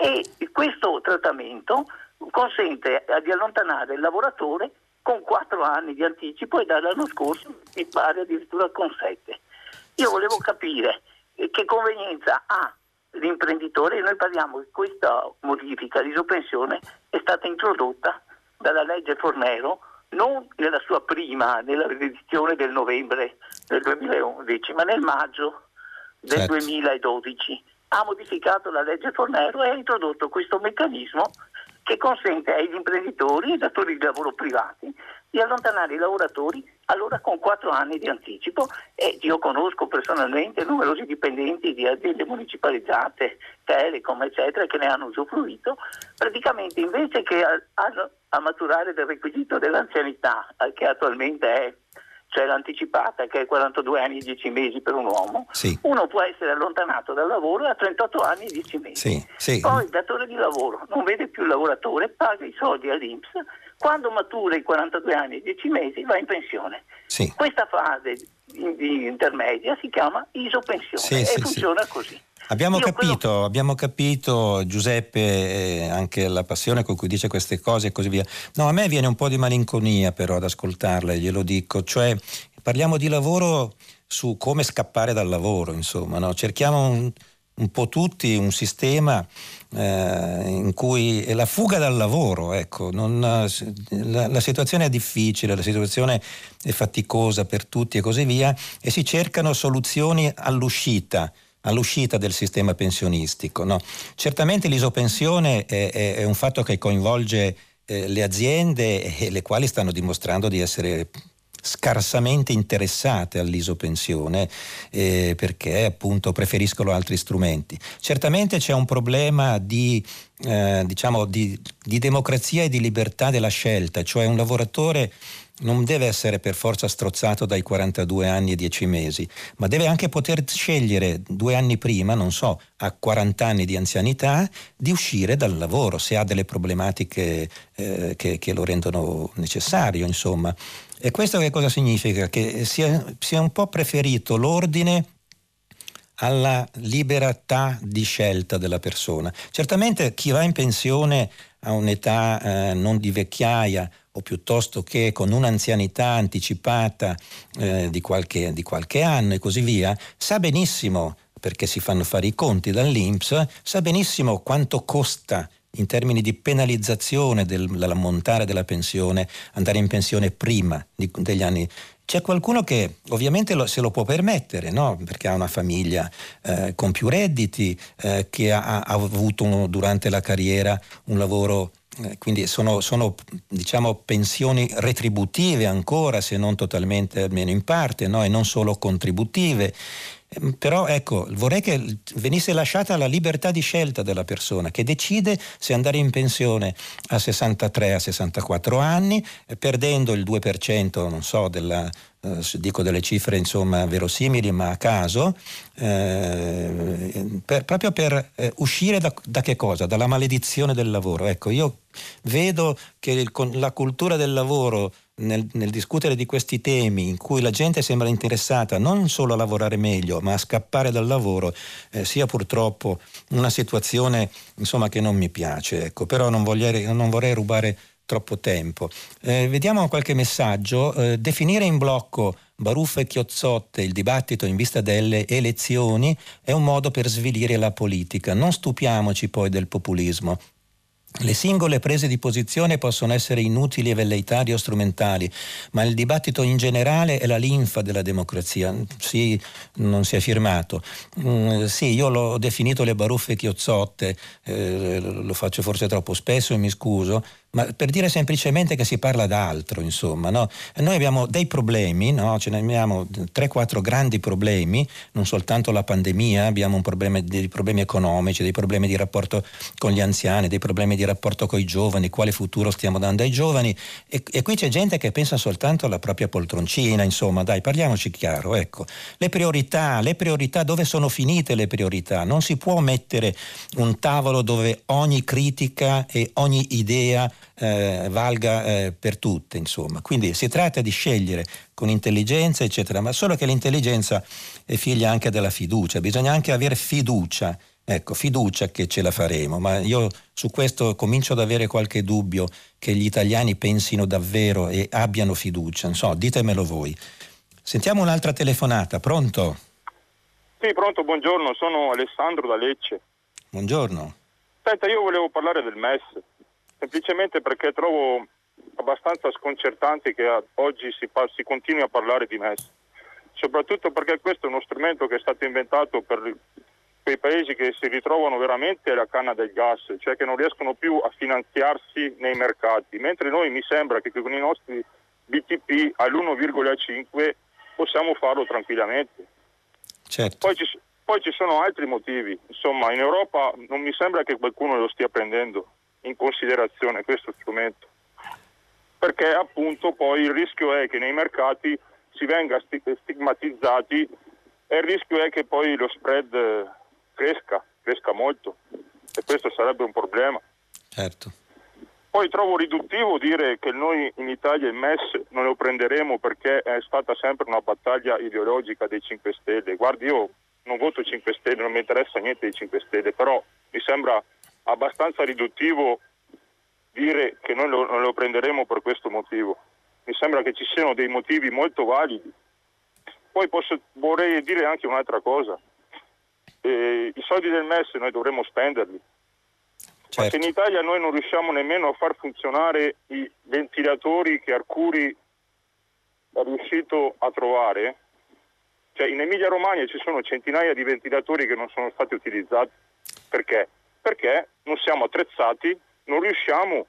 E questo trattamento consente di allontanare il lavoratore con quattro anni di anticipo e dall'anno scorso mi pare addirittura con sette. Io volevo capire che convenienza ha l'imprenditore. Noi parliamo che questa modifica di isopensione è stata introdotta dalla legge Fornero non nella sua prima, nella edizione del novembre del duemilaundici, ma nel maggio del certo. duemiladodici. Ha modificato la legge Fornero e ha introdotto questo meccanismo che consente agli imprenditori e datori di lavoro privati di allontanare i lavoratori allora con quattro anni di anticipo. E io conosco personalmente numerosi dipendenti di aziende municipalizzate, Telecom eccetera, che ne hanno usufruito. Praticamente invece che a, a, a maturare del requisito dell'anzianità, che attualmente è, cioè l'anticipata, che è quarantadue anni e dieci mesi per un uomo, sì. uno può essere allontanato dal lavoro a trentotto anni e dieci mesi. Sì, sì. Poi il datore di lavoro non vede più il lavoratore, paga i soldi all'I N P S, quando matura i quarantadue anni e dieci mesi va in pensione. Sì. Questa fase in, in intermedia si chiama isopensione sì, e sì, funziona sì. così. Abbiamo Io capito, quello... abbiamo capito Giuseppe, eh, anche la passione con cui dice queste cose e così via. No, a me viene un po' di malinconia però ad ascoltarla, glielo dico, cioè parliamo di lavoro su come scappare dal lavoro, insomma, no? Cerchiamo un, un po' tutti un sistema eh, in cui è la fuga dal lavoro, ecco, non, la, la situazione è difficile, la situazione è faticosa per tutti e così via, e si cercano soluzioni all'uscita. all'uscita del sistema pensionistico. No? Certamente l'isopensione è, è, è un fatto che coinvolge eh, le aziende e le quali stanno dimostrando di essere scarsamente interessate all'isopensione eh, perché appunto preferiscono altri strumenti. Certamente c'è un problema di eh, diciamo di, di democrazia e di libertà della scelta, cioè un lavoratore non deve essere per forza strozzato dai quarantadue anni e dieci mesi, ma deve anche poter scegliere due anni prima, non so, a quaranta anni di anzianità, di uscire dal lavoro se ha delle problematiche eh, che, che lo rendono necessario, insomma. E questo che cosa significa? Che sia, sia un po' preferito l'ordine alla libertà di scelta della persona. Certamente chi va in pensione a un'età eh, non di vecchiaia o piuttosto che con un'anzianità anticipata eh, di, qualche, di qualche anno e così via, sa benissimo, perché si fanno fare i conti dall'I N P S, sa benissimo quanto costa in termini di penalizzazione del, dell'ammontare della pensione andare in pensione prima di, degli anni. C'è qualcuno che ovviamente lo, se lo può permettere, no? Perché ha una famiglia eh, con più redditi, eh, che ha, ha avuto uno, durante la carriera un lavoro, eh, quindi sono, sono diciamo pensioni retributive ancora, se non totalmente, almeno in parte, no? E non solo contributive. Però ecco, vorrei che venisse lasciata la libertà di scelta della persona che decide se andare in pensione a sessantatré, a sessantaquattro anni, perdendo il due per cento, non so, della, eh, dico delle cifre insomma verosimili ma a caso, eh, per, proprio per eh, uscire da, da che cosa? Dalla maledizione del lavoro. Ecco, io vedo che il, con la cultura del lavoro Nel, nel discutere di questi temi in cui la gente sembra interessata non solo a lavorare meglio ma a scappare dal lavoro, eh, sia purtroppo una situazione insomma che non mi piace, ecco. Però non, vogliere, non vorrei rubare troppo tempo. Eh, vediamo qualche messaggio. Eh, definire in blocco baruffe e chiozzotte il dibattito in vista delle elezioni è un modo per svilire la politica. Non stupiamoci poi del populismo. Le singole prese di posizione possono essere inutili e velleitarie o strumentali, ma il dibattito in generale è la linfa della democrazia. Sì, non si è firmato. Mm, sì, io l'ho definito le baruffe chiozzotte, eh, lo faccio forse troppo spesso e mi scuso, ma per dire semplicemente che si parla d'altro, insomma, no? Noi abbiamo dei problemi, no? Ce ne abbiamo tre quattro grandi problemi, non soltanto la pandemia, abbiamo un problema, dei problemi economici, dei problemi di rapporto con gli anziani, dei problemi di rapporto con i giovani, quale futuro stiamo dando ai giovani, e, e qui c'è gente che pensa soltanto alla propria poltroncina, insomma, dai, parliamoci chiaro, ecco. Le priorità, le priorità, dove sono finite le priorità? Non si può mettere un tavolo dove ogni critica e ogni idea Eh, valga eh, per tutte, insomma. Quindi si tratta di scegliere con intelligenza, eccetera, ma solo che l'intelligenza è figlia anche della fiducia, bisogna anche avere fiducia, ecco, fiducia che ce la faremo, ma io su questo comincio ad avere qualche dubbio che gli italiani pensino davvero e abbiano fiducia, non so, ditemelo voi. Sentiamo un'altra telefonata, pronto? Sì, pronto, buongiorno, sono Alessandro da Lecce. Buongiorno. Aspetta, io volevo parlare del M E S. Semplicemente perché trovo abbastanza sconcertante che oggi si, pa- si continui a parlare di M E S, soprattutto perché questo è uno strumento che è stato inventato per quei paesi che si ritrovano veramente alla canna del gas, cioè che non riescono più a finanziarsi nei mercati, mentre noi mi sembra che con i nostri B T P all'uno virgola cinque possiamo farlo tranquillamente. Certo. Poi ci, poi ci sono altri motivi, insomma in Europa non mi sembra che qualcuno lo stia prendendo in considerazione questo strumento, perché appunto poi il rischio è che nei mercati si venga stigmatizzati e il rischio è che poi lo spread cresca, cresca molto, e questo sarebbe un problema. Certo. Poi trovo riduttivo dire che noi in Italia il M E S non lo prenderemo perché è stata sempre una battaglia ideologica dei cinque Stelle. Guardi, io non voto cinque Stelle, non mi interessa niente dei cinque Stelle, però mi sembra abbastanza riduttivo dire che noi lo, non lo prenderemo per questo motivo. Mi sembra che ci siano dei motivi molto validi. Poi posso, vorrei dire anche un'altra cosa. Eh, i soldi del M E S noi dovremmo spenderli. Certo. Ma se in Italia noi non riusciamo nemmeno a far funzionare i ventilatori che Arcuri è riuscito a trovare, cioè in Emilia Romagna ci sono centinaia di ventilatori che non sono stati utilizzati. Perché? Perché non siamo attrezzati, non riusciamo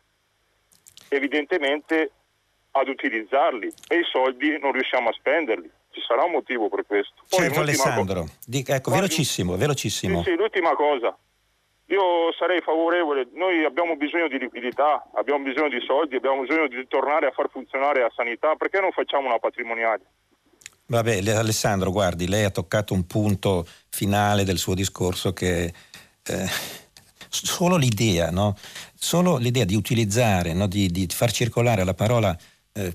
evidentemente ad utilizzarli e i soldi non riusciamo a spenderli. Ci sarà un motivo per questo. Poi certo, Alessandro, co- Dica, ecco, Guardi, velocissimo, velocissimo. Sì, sì, l'ultima cosa. Io sarei favorevole, noi abbiamo bisogno di liquidità, abbiamo bisogno di soldi, abbiamo bisogno di tornare a far funzionare la sanità, perché non facciamo una patrimoniale? Vabbè, Alessandro, guardi, lei ha toccato un punto finale del suo discorso che eh, solo l'idea, no? Solo l'idea di utilizzare, no? di, di far circolare la parola eh,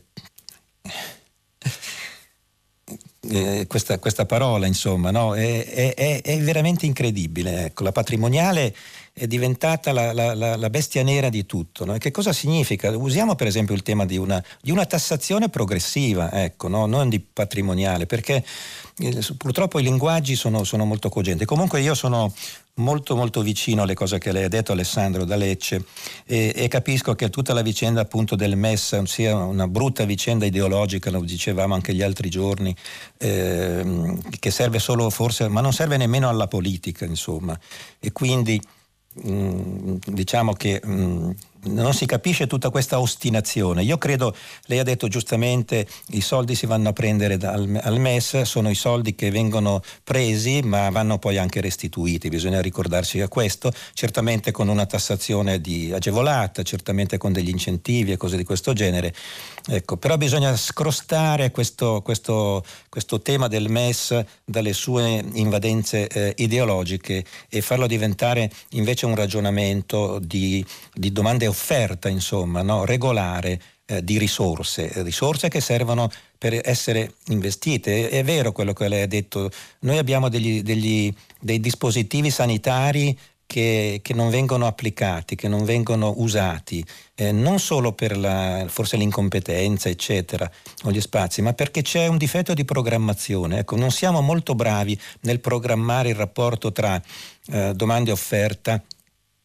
eh, questa, questa parola, insomma, no? è, è, è veramente incredibile. Ecco, la patrimoniale è diventata la, la, la, la bestia nera di tutto, no? E che cosa significa? Usiamo per esempio il tema di una, di una tassazione progressiva, ecco, no? Non di patrimoniale, perché eh, purtroppo i linguaggi sono, sono molto cogenti. Comunque io sono molto molto vicino alle cose che lei ha detto, Alessandro da Lecce, e, e capisco che tutta la vicenda appunto del M E S sia una brutta vicenda ideologica, lo dicevamo anche gli altri giorni, eh, che serve solo forse, ma non serve nemmeno alla politica, insomma, e quindi mh, diciamo che mh, non si capisce tutta questa ostinazione. Io credo, lei ha detto giustamente, i soldi si vanno a prendere dal, al M E S, sono i soldi che vengono presi ma vanno poi anche restituiti, bisogna ricordarsi a questo, certamente con una tassazione di agevolata, certamente con degli incentivi e cose di questo genere. Ecco, però bisogna scrostare questo, questo, questo tema del M E S dalle sue invadenze eh, ideologiche e farlo diventare invece un ragionamento di, di domande offerta, insomma, no? regolare eh, di risorse, risorse che servono per essere investite. È, è vero quello che lei ha detto, noi abbiamo degli, degli, dei dispositivi sanitari che, che non vengono applicati, che non vengono usati, eh, non solo per la, forse l'incompetenza, eccetera, o gli spazi, ma perché c'è un difetto di programmazione. Ecco, non siamo molto bravi nel programmare il rapporto tra eh, domanda e offerta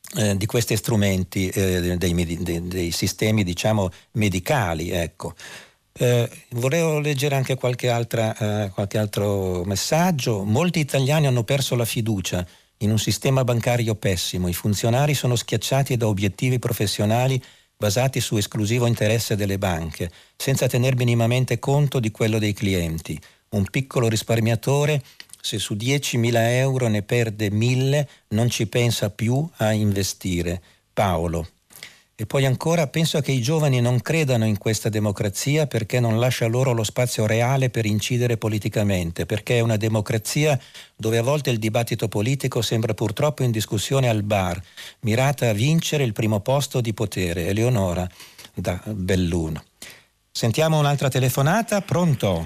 eh, di questi strumenti, eh, dei, dei, dei sistemi, diciamo, medicali, ecco. Eh, volevo leggere anche qualche, altra, eh, qualche altro messaggio. Molti italiani hanno perso la fiducia in un sistema bancario pessimo. I funzionari sono schiacciati da obiettivi professionali basati su esclusivo interesse delle banche, senza tener minimamente conto di quello dei clienti. Un piccolo risparmiatore, se su diecimila euro ne perde mille, non ci pensa più a investire. Paolo. E poi ancora, penso che i giovani non credano in questa democrazia perché non lascia loro lo spazio reale per incidere politicamente, perché è una democrazia dove a volte il dibattito politico sembra purtroppo in discussione al bar, mirata a vincere il primo posto di potere. Eleonora da Belluno. Sentiamo un'altra telefonata. Pronto?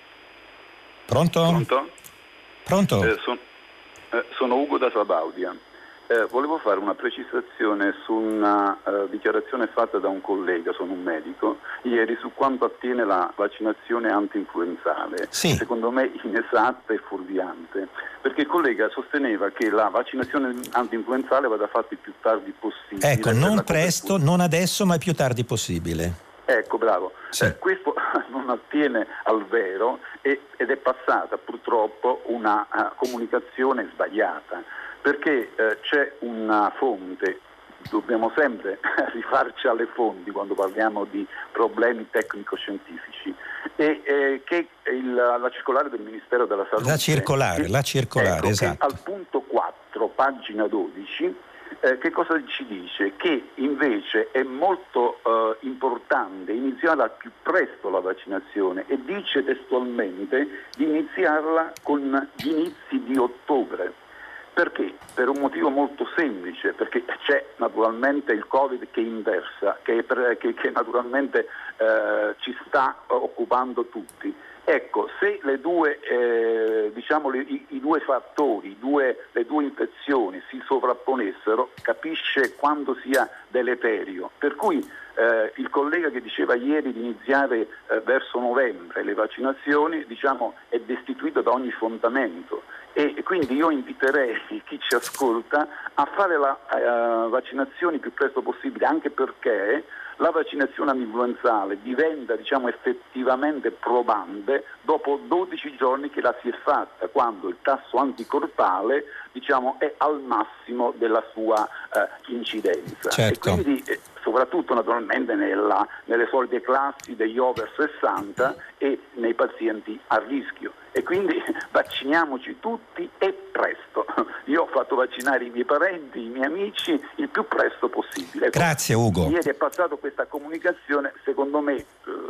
Pronto? Pronto? Pronto? Eh, son, eh, sono Ugo da Sabaudia. Eh, volevo fare una precisazione su una uh, dichiarazione fatta da un collega, sono un medico, ieri su quanto attiene la vaccinazione anti-influenzale. Sì. Secondo me inesatta e fuorviante, perché il collega sosteneva che la vaccinazione anti-influenzale vada fatta il più tardi possibile. Ecco, non presto, copertura. Non adesso, ma il più tardi possibile. Ecco, bravo. Sì. Eh, questo non attiene al vero e, ed è passata purtroppo una uh, comunicazione sbagliata. Perché eh, c'è una fonte, dobbiamo sempre rifarci alle fonti quando parliamo di problemi tecnico-scientifici, e eh, che il, la circolare del Ministero della Salute... La circolare, che, la circolare, ecco, esatto. Al punto quattro, pagina dodici, eh, che cosa ci dice? Che invece è molto eh, importante iniziare al più presto la vaccinazione e dice testualmente di iniziarla con gli inizi di ottobre. Perché? Per un motivo molto semplice, perché c'è naturalmente il Covid che inversa, che, che, che naturalmente eh, ci sta occupando tutti. Ecco, se le due, eh, diciamo, le, i, i due fattori, due, le due infezioni si sovrapponessero, capisce quanto sia deleterio. Per cui eh, il collega che diceva ieri di iniziare eh, verso novembre le vaccinazioni, diciamo, è destituito da ogni fondamento. E quindi io inviterei chi ci ascolta a fare la uh, vaccinazione il più presto possibile, anche perché la vaccinazione antinfluenzale diventa, diciamo, effettivamente probante dopo dodici giorni che la si è fatta, quando il tasso anticorpale, diciamo, è al massimo della sua uh, incidenza. Certo. E quindi eh, soprattutto naturalmente nella, nelle solite classi degli over sessanta e nei pazienti a rischio. E quindi vacciniamoci tutti e presto. Io ho fatto vaccinare i miei parenti, i miei amici il più presto possibile. Ecco, grazie Ugo. Ieri è passato questa comunicazione, secondo me, eh,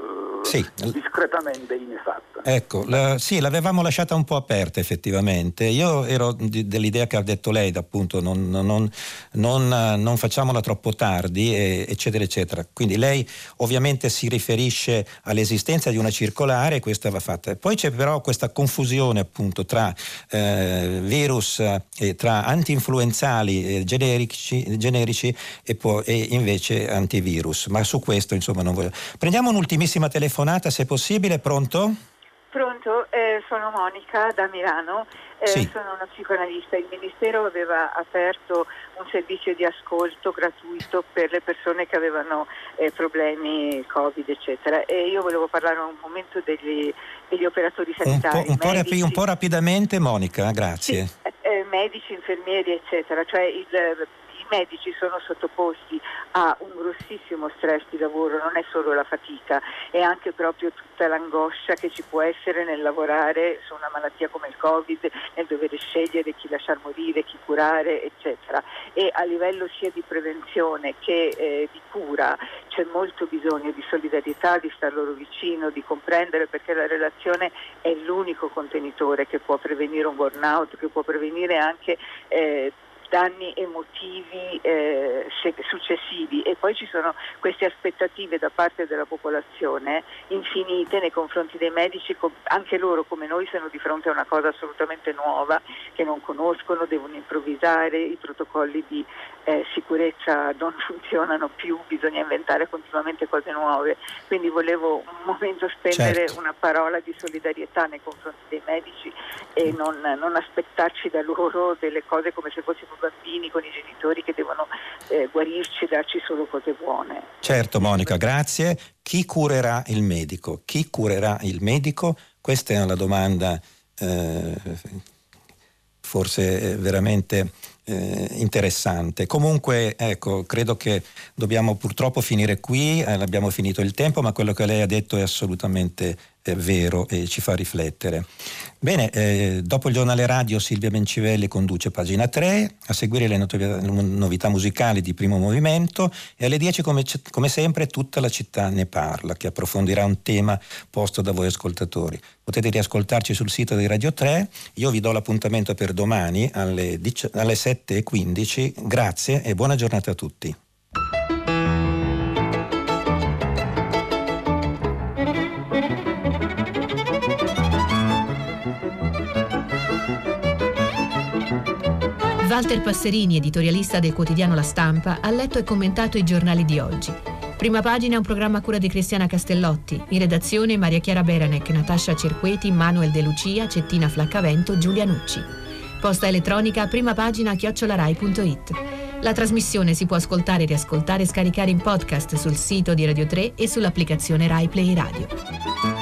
sì. discretamente inesatta. Ecco, la, sì, l'avevamo lasciata un po' aperta effettivamente. Io ero di, dell'idea che ha detto lei, appunto, non, non, non, non facciamola troppo tardi, e, eccetera, eccetera. Quindi lei ovviamente si riferisce all'esistenza di una circolare, e questa va fatta. Poi c'è però questa confusione appunto tra eh, virus e tra anti-influenzali eh, generici, generici e poi e invece antivirus, ma su questo insomma non voglio. Prendiamo un'ultimissima telefonata se possibile. Pronto? Pronto, eh, sono Monica da Milano, eh, sì. Sono una psicoanalista. Il Ministero aveva aperto un servizio di ascolto gratuito per le persone che avevano eh, problemi Covid eccetera, e io volevo parlare un momento degli, degli operatori sanitari. Un po', un, po rapi, un po' rapidamente Monica, grazie. Sì, eh, medici, infermieri eccetera, cioè il, i medici sono sottoposti a un grossissimo stress di lavoro, non è solo la fatica, è anche proprio tutta l'angoscia che ci può essere nel lavorare su una malattia come il Covid, nel dover scegliere chi lasciar morire, chi curare eccetera, e a livello sia di prevenzione che eh, di cura c'è molto bisogno di solidarietà, di star loro vicino, di comprendere, perché la relazione è l'unico contenitore che può prevenire un burnout, che può prevenire anche eh, danni emotivi eh, successivi. E poi ci sono queste aspettative da parte della popolazione infinite nei confronti dei medici, anche loro come noi sono di fronte a una cosa assolutamente nuova che non conoscono, devono improvvisare, i protocolli di eh, sicurezza non funzionano più, bisogna inventare continuamente cose nuove. Quindi volevo un momento spendere certo. una parola di solidarietà nei confronti dei medici e non, non aspettarci da loro delle cose come se fossimo bambini con i genitori che devono eh, guarirci e darci solo cose buone. Certo Monica, grazie. Chi curerà il medico? Chi curerà il medico? Questa è una domanda eh, forse veramente eh, interessante. Comunque, ecco, credo che dobbiamo purtroppo finire qui, eh, abbiamo finito il tempo, ma quello che lei ha detto è assolutamente eh, vero e ci fa riflettere. Bene, eh, dopo il giornale radio Silvia Bencivelli conduce Pagina tre, a seguire le not- novità musicali di Primo Movimento e alle dieci come, come sempre Tutta la città ne parla, che approfondirà un tema posto da voi ascoltatori. Potete riascoltarci sul sito di Radio tre, io vi do l'appuntamento per domani alle, alle sette e quindici, grazie e buona giornata a tutti. Walter Passerini, editorialista del quotidiano La Stampa, ha letto e commentato i giornali di oggi. Prima Pagina è un programma a cura di Cristiana Castellotti. In redazione Maria Chiara Beranec, Natascia Cerqueti, Manuel De Lucia, Cettina Flaccavento, Giulia Nucci. Posta elettronica primapagina chiocciola rai punto it. La trasmissione si può ascoltare, riascoltare e scaricare in podcast sul sito di Radio tre e sull'applicazione Rai Play Radio.